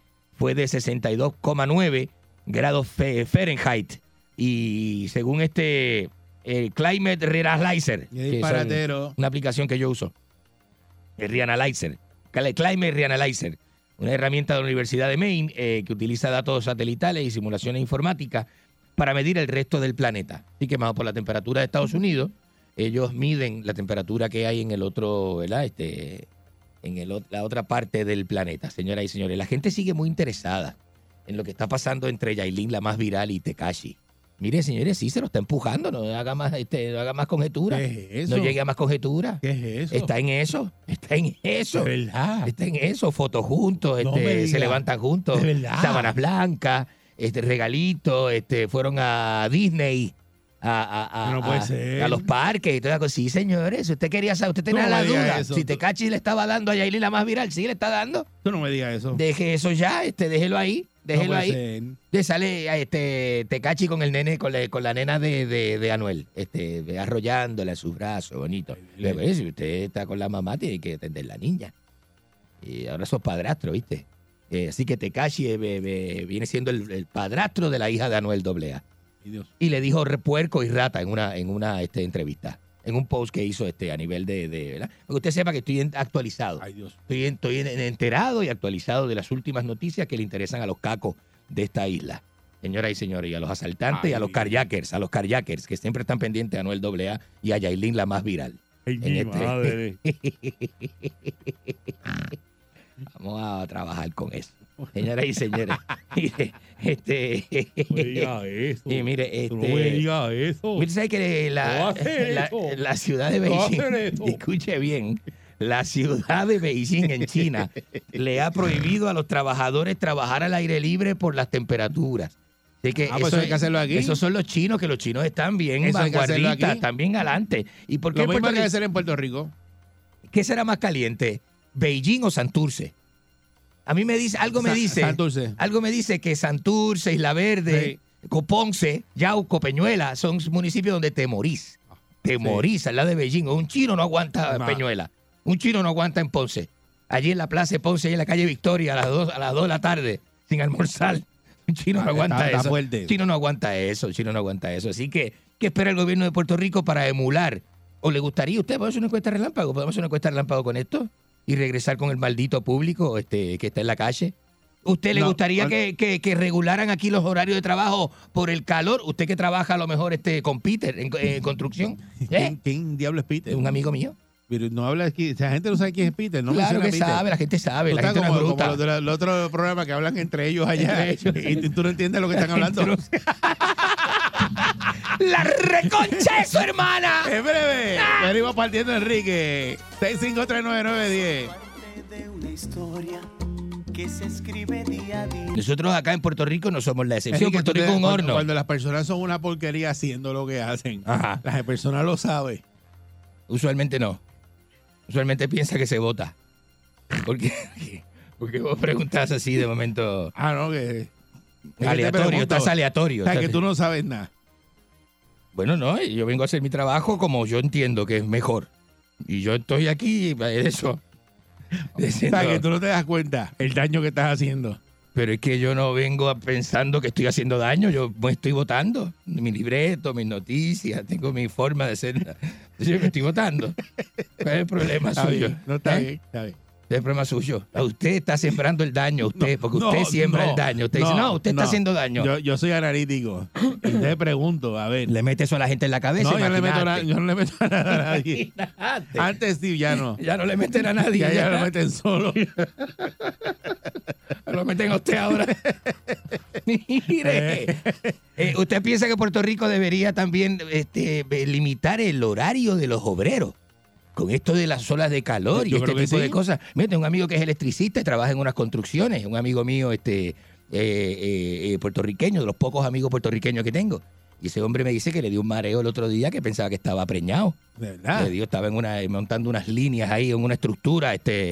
62,9 grados Fahrenheit. Y según el Climate Reanalyzer, que es una aplicación que yo uso, el Reanalyzer, Climate Reanalyzer, una herramienta de la Universidad de Maine que utiliza datos satelitales y simulaciones informáticas para medir el resto del planeta. Así que, más por la temperatura de Estados Unidos, ellos miden la temperatura que hay en el otro, ¿verdad? La otra parte del planeta, señoras y señores. La gente sigue muy interesada en lo que está pasando entre Yailin, la más viral, y Tekashi. Mire, señores, sí se lo está empujando, no haga más conjetura. ¿Qué es eso? No llegue a más conjetura. ¿Qué es eso? Está en eso. ¿De verdad? Está en eso, fotos juntos, No me diga. se levantan juntos, ¿De verdad? sábanas blancas, regalitos, fueron a Disney, No puede ser. a los parques y todas las cosas. Sí, señores, usted quería saber, usted tenía No la me diga duda. eso. Si Tekashi le estaba dando a Yailin, la más viral, sí le está dando. Tú no me digas eso. Deje eso ya, déjelo ahí. Déjelo No puede ahí. ser. Le sale Tekashi con el nene, con la nena de Anuel, arrollándola a sus brazos, bonito. Pero, si usted está con la mamá, tiene que atender la niña. Y ahora sos padrastro, ¿viste? Así que Tekashi viene siendo el padrastro de la hija de Anuel AA. Y le dijo puerco y rata en una entrevista, en un post que hizo a nivel de ¿verdad? Porque usted sepa que estoy actualizado. Ay, Dios. Estoy enterado y actualizado de las últimas noticias que le interesan a los cacos de esta isla. Señoras y señores, y a los asaltantes y a los carjackers, que siempre están pendientes a Anuel AA y a Yailin, la más viral. Ay, mi madre. Vamos a trabajar con eso. Señoras y señores. Mire, No me diga eso. y mire, Tú no me digas eso. Mire, ¿sabe que No va a hacer la eso. ciudad de No va a Beijing, hacer eso. escuche bien, la ciudad de Beijing en China le ha prohibido a los trabajadores trabajar al aire libre por las temperaturas. Así que Pues eso hay que hacerlo aquí. Esos son los chinos, que los chinos están bien Eso hay que hacerlo vanguardistas, aquí. están bien adelante. ¿Y por qué Lo mismo Puerto hay que Rico- hacer en Puerto Rico. ¿Qué será más caliente? ¿Beijing o Santurce? A mí me dice, algo me dice, Santurce. algo me dice que Santurce, Isla Verde, Coponce, Yauco, Peñuela son municipios donde te morís. Te morís al lado de Beijing. Un chino no aguanta en No. Peñuela. Un chino no aguanta en Ponce. Allí en la plaza de Ponce, allí en la calle Victoria, a las 2 de la tarde, sin almorzar. Un chino no aguanta Está eso. fuerte. Un chino no aguanta eso. Un chino no aguanta eso. Así que, ¿qué espera el gobierno de Puerto Rico para emular? ¿O le gustaría a usted? ¿Podemos hacer una encuesta relámpago? ¿Podemos hacer una encuesta relámpago con esto? Y regresar con el maldito público que está en la calle. ¿Usted le No, gustaría no. que regularan aquí los horarios de trabajo por el calor? Usted que trabaja a lo mejor con Peter en construcción. ¿Quién diablo es Peter? Un amigo mío. Pero no habla aquí. Si la gente no sabe quién es Peter, no Claro menciona que a Peter. sabe, la gente sabe, Tú la estás gente no es como bruta. los del otro programa que hablan entre ellos allá. Entre ellos. Y tú no entiendes lo que están hablando. ¡La reconcha de su hermana! En breve, venimos partiendo, Enrique. 6539910. De una historia que se escribe día a día. Nosotros acá en Puerto Rico no somos la excepción. Enrique, Puerto tú Rico es un horno. Cuando las personas son una porquería haciendo lo que hacen, Ajá. las personas lo saben. Usualmente no. Usualmente piensa que se vota. Porque vos preguntás así de momento. Ah, no, que... Aleatorio, estás aleatorio. O sea, que Estás- tú no sabes nada. Bueno, no, yo vengo a hacer mi trabajo como yo entiendo que es mejor. Y yo estoy aquí para eso. O sea, que tú no te das cuenta el daño que estás haciendo. Pero es que yo no vengo pensando que estoy haciendo daño, yo me estoy votando. Mi libreto, mis noticias, tengo mi forma de ser. Yo me estoy votando. ¿Cuál es el problema Está suyo? bien, no está ¿Eh? bien, está bien. Es el problema suyo. A usted está sembrando el daño, usted, porque usted No, siembra no, el daño. Usted dice, no, usted está haciendo daño. Yo soy analítico. Y te pregunto, a ver. Le mete eso a la gente en la cabeza. No, yo no le meto imagínate. yo no le meto nada a nadie. Imagínate. Antes sí, ya no. Ya no le meten a nadie. Ya lo meten solo. Lo meten a usted ahora. Mire, ¿usted piensa que Puerto Rico debería también limitar el horario de los obreros? Con esto de las olas de calor y Yo este creo que tipo de sí. cosas. Mira, tengo un amigo que es electricista y trabaja en unas construcciones. Un amigo mío puertorriqueño, de los pocos amigos puertorriqueños que tengo. Y ese hombre me dice que le dio un mareo el otro día, que pensaba que estaba preñado. ¿De verdad? Le dio, estaba montando unas líneas ahí en una estructura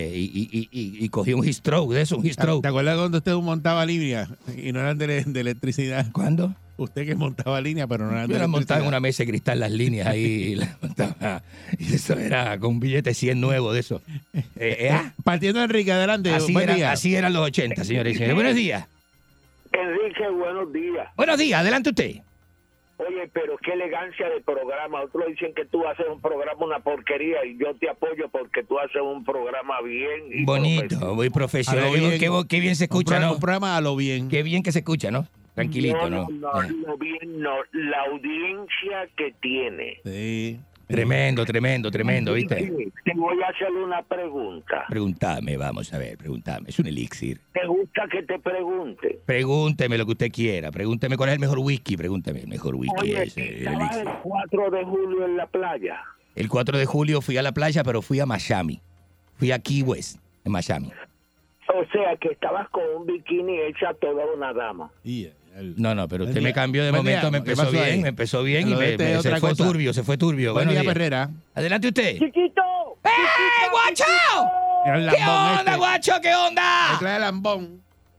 y cogió un heat stroke de eso, un heat stroke. ¿Te acuerdas cuando usted montaba línea y no eran de electricidad? ¿Cuándo? Usted que montaba línea, pero no eran de Yo las montaba en electricidad. una mesa de cristal las líneas ahí. Y las montaba. Y eso era con un billete 100 nuevo de eso. Partiendo, Enrique, adelante. Buen día. Así eran los 80, señores y señores. Buenos días. Enrique, buenos días. Buenos días, adelante usted. Oye, pero qué elegancia de programa. Otros dicen que tú haces un programa una porquería y yo te apoyo porque tú haces un programa bien. Y Bonito, muy profesional. A lo bien. Qué bien se escucha, ¿no? Un programa a lo bien. Qué bien que se escucha, ¿no? Tranquilito, ¿no? lo bien, no. La audiencia que tiene. Sí. Tremendo, ¿viste? Te voy a hacer una pregunta. Pregúntame, vamos a ver, pregúntame. Es un elixir. ¿Te gusta que te pregunte? Pregúnteme lo que usted quiera. Pregúnteme cuál es el mejor whisky. Pregúnteme el mejor whisky. Oye, Es el estabas elixir. el 4 de julio en la playa. El 4 de julio fui a la playa, pero fui a Miami. Fui a Key West, en Miami. O sea, que estabas con un bikini hecha toda una dama. No, pero usted Buen me día. cambió de Buen momento, día. me ¿Qué empezó pasó ahí? bien y Lo de este es se otra fue cosa. turbio. Buen Buenos día, días. Perrera. Adelante usted. ¡Chiquito! ¡Eh, guacho! Mira el ¿Qué lambón onda, este. guacho? ¿Qué onda? Me trae lambón.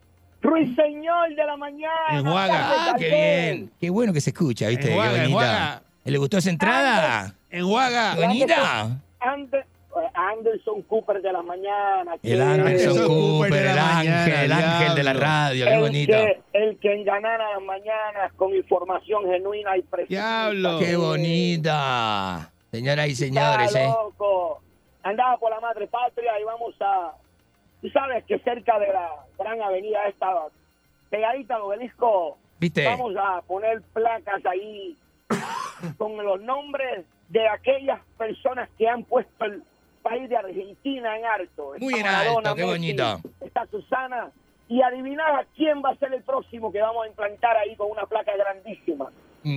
Ruiseñor de la mañana. En Huaga. Ah, qué bien. Qué bueno que se escucha, ¿viste? En Huaga, Qué en bonita. Huaga. ¿Le gustó esa entrada? En Huaga. Qué bonita. Anderson Cooper de la mañana. El Anderson Anderson Cooper, Cooper de el la ángel, mañana, el ángel de la diablo. radio, qué bonito. El que enganara las mañanas con información genuina y precisa. Diablo. Qué bonita. Señoras y señores, Está loco. Andaba por la madre patria y vamos a... Tú sabes que cerca de la gran avenida esta, pegadita al obelisco, ¿Viste? vamos a poner placas ahí con los nombres de aquellas personas que han puesto el país de Argentina en alto. Muy Está en alto, Maradona, qué Messi, bonito. Está Susana y adivinar a quién va a ser el próximo que vamos a implantar ahí con una placa grandísima.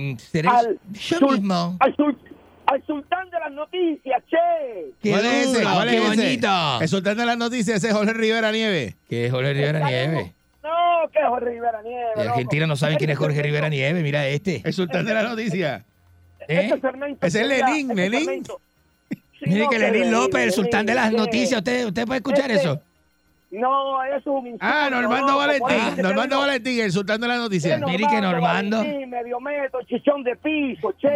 Yo mismo. Al sultán de las noticias, che. ¿Cuál es ese? ¿Cuál qué es ese? bonito. El sultán de las noticias, ese es Jorge Rivera Nieves. ¿Qué es Jorge Rivera Nieves? No, que es Jorge Rivera Nieves. En Argentina no saben quién es Jorge Rivera Nieves, mira este. El sultán de las noticias. ¿Eh? Ese es Lenín, Lenín. Mire que Lenín López, el sultán de las noticias. ¿Usted puede escuchar eso? No, eso es un insulto. Normando Valentín. Normando Valentín, el sultán de las noticias. Mire que Normando. Valentín, medio metro, chichón de piso, che.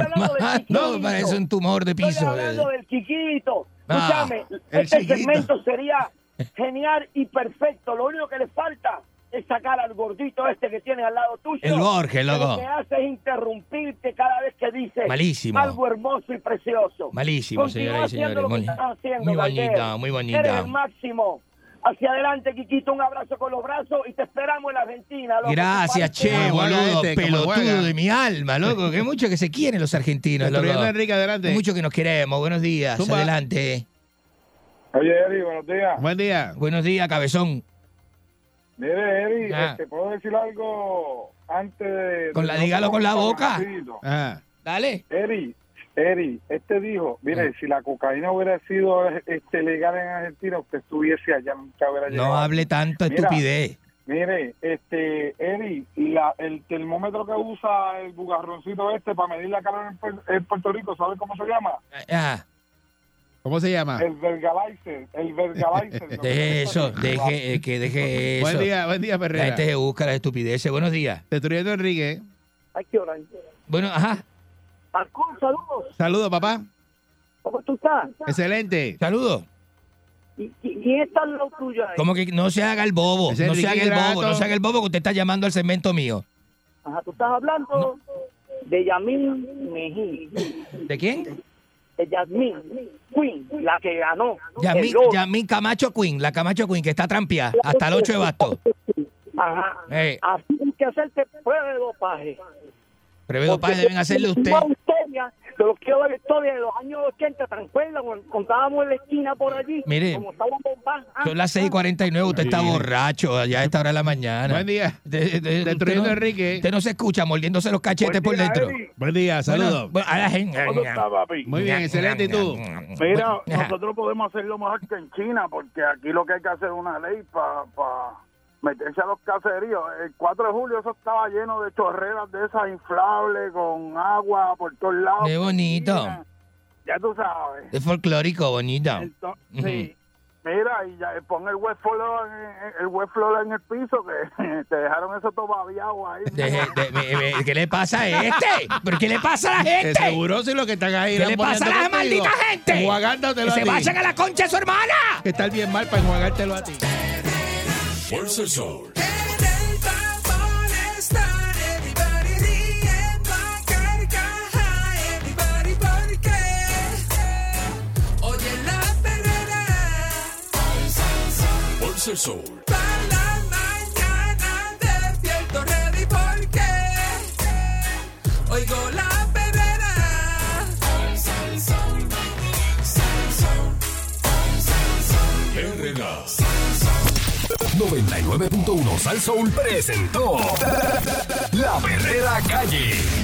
No, parece un tumor de piso. Estoy hablando del chiquito. Ah, Escúchame, el este chiquito. segmento sería genial y perfecto. Lo único que le falta es sacar al gordito este que tiene al lado tuyo. El Borges, loco. Lo que hace es interrumpirte cada vez que dice Malísimo. algo hermoso y precioso. Malísimo, Continúa señoras y señores. haciendo lo que Muy, estás haciendo, muy Valdés. bonita, muy bonita. Eres el máximo. Hacia adelante, Quiquito, un abrazo con los brazos y te esperamos en la Argentina. Loco. Gracias, che, ¿Cómo juega boludo, este? ¿Cómo juega? pelotudo de mi alma, loco. Que mucho que se quieren los argentinos, loco. Destruyendo a Enrique, adelante. Que mucho que nos queremos. Buenos días, Zumba. adelante. Oye, Eri, buenos días. Buen día. Buenos días, cabezón. Mire, Eri, Ah. ¿puedo decir algo antes de... Dígalo con la boca. Ajá. Dale. Eri, dijo, mire, si la cocaína hubiera sido legal en Argentina, usted estuviese allá, nunca hubiera llegado. No hable tanto Mira, estupidez. Mire, Eri, el termómetro que usa el bugarroncito para medir la calor en Puerto Rico, ¿sabe cómo se llama? Ah, ¿Cómo se llama? El Vergalizer. deje eso, deje eso. Buen día, La Ferreira. gente se busca las estupideces. Buenos días. Destruyendo a Enrique. Hay que orar. Bueno, ajá. Marcón, saludos. Saludos, papá. ¿Cómo tú estás? Excelente. Saludos. ¿Y quién está al lado tuyo ahí? Como que no se haga el bobo. Ese No se Enrique haga el bobo. Grato. No se haga el bobo que usted está llamando al segmento mío. Ajá, tú estás hablando de Yasmín Mejín. ¿De quién? De Yasmín Queen, la que ganó. Yasmín Camacho Queen, la Camacho Queen, que está trampeada hasta el 8 de basto. Ajá. Así hay que hacerte prueba de dopaje. Prueba de dopaje deben hacerle usted. Una historia, te lo quiero ver historia de los años 80, ¿te acuerdas? Cuando contábamos en la esquina por allí. Mire, como estaban bombadas. son las 6:49, usted está borracho allá a esta hora de la mañana. Buen día. Destruyendo Destruyendo a Enrique. Usted no se escucha mordiéndose los cachetes por dentro. Buen día, saludos. Bueno, a la gente. ¿Cómo está, papi? Muy bien, excelente. ¿Y tú? Mira, nosotros podemos hacerlo mejor que en China, porque aquí lo que hay que hacer es una ley para meterse a los caseríos. El 4 de julio eso estaba lleno de chorreras de esas inflables con agua por todos lados. Qué bonito. Ya tú sabes. Es folclórico, bonito. Sí. Mira, y ya pon el wet floor en el piso, que te dejaron eso todo babiado ahí. ¿Qué le pasa a este? ¿Pero qué le pasa a la gente? Seguro si lo que están ahí. ¿Qué le pasa a la maldita gente? Enjuagándotelo Que a se ti. vayan a la concha de su hermana. Que está bien mal para enjuagártelo a ti. Fuerza el Sol. Fuerza el Sol. Oigo la perrera. 99.1 Sal Soul presentó La Perrera Calle.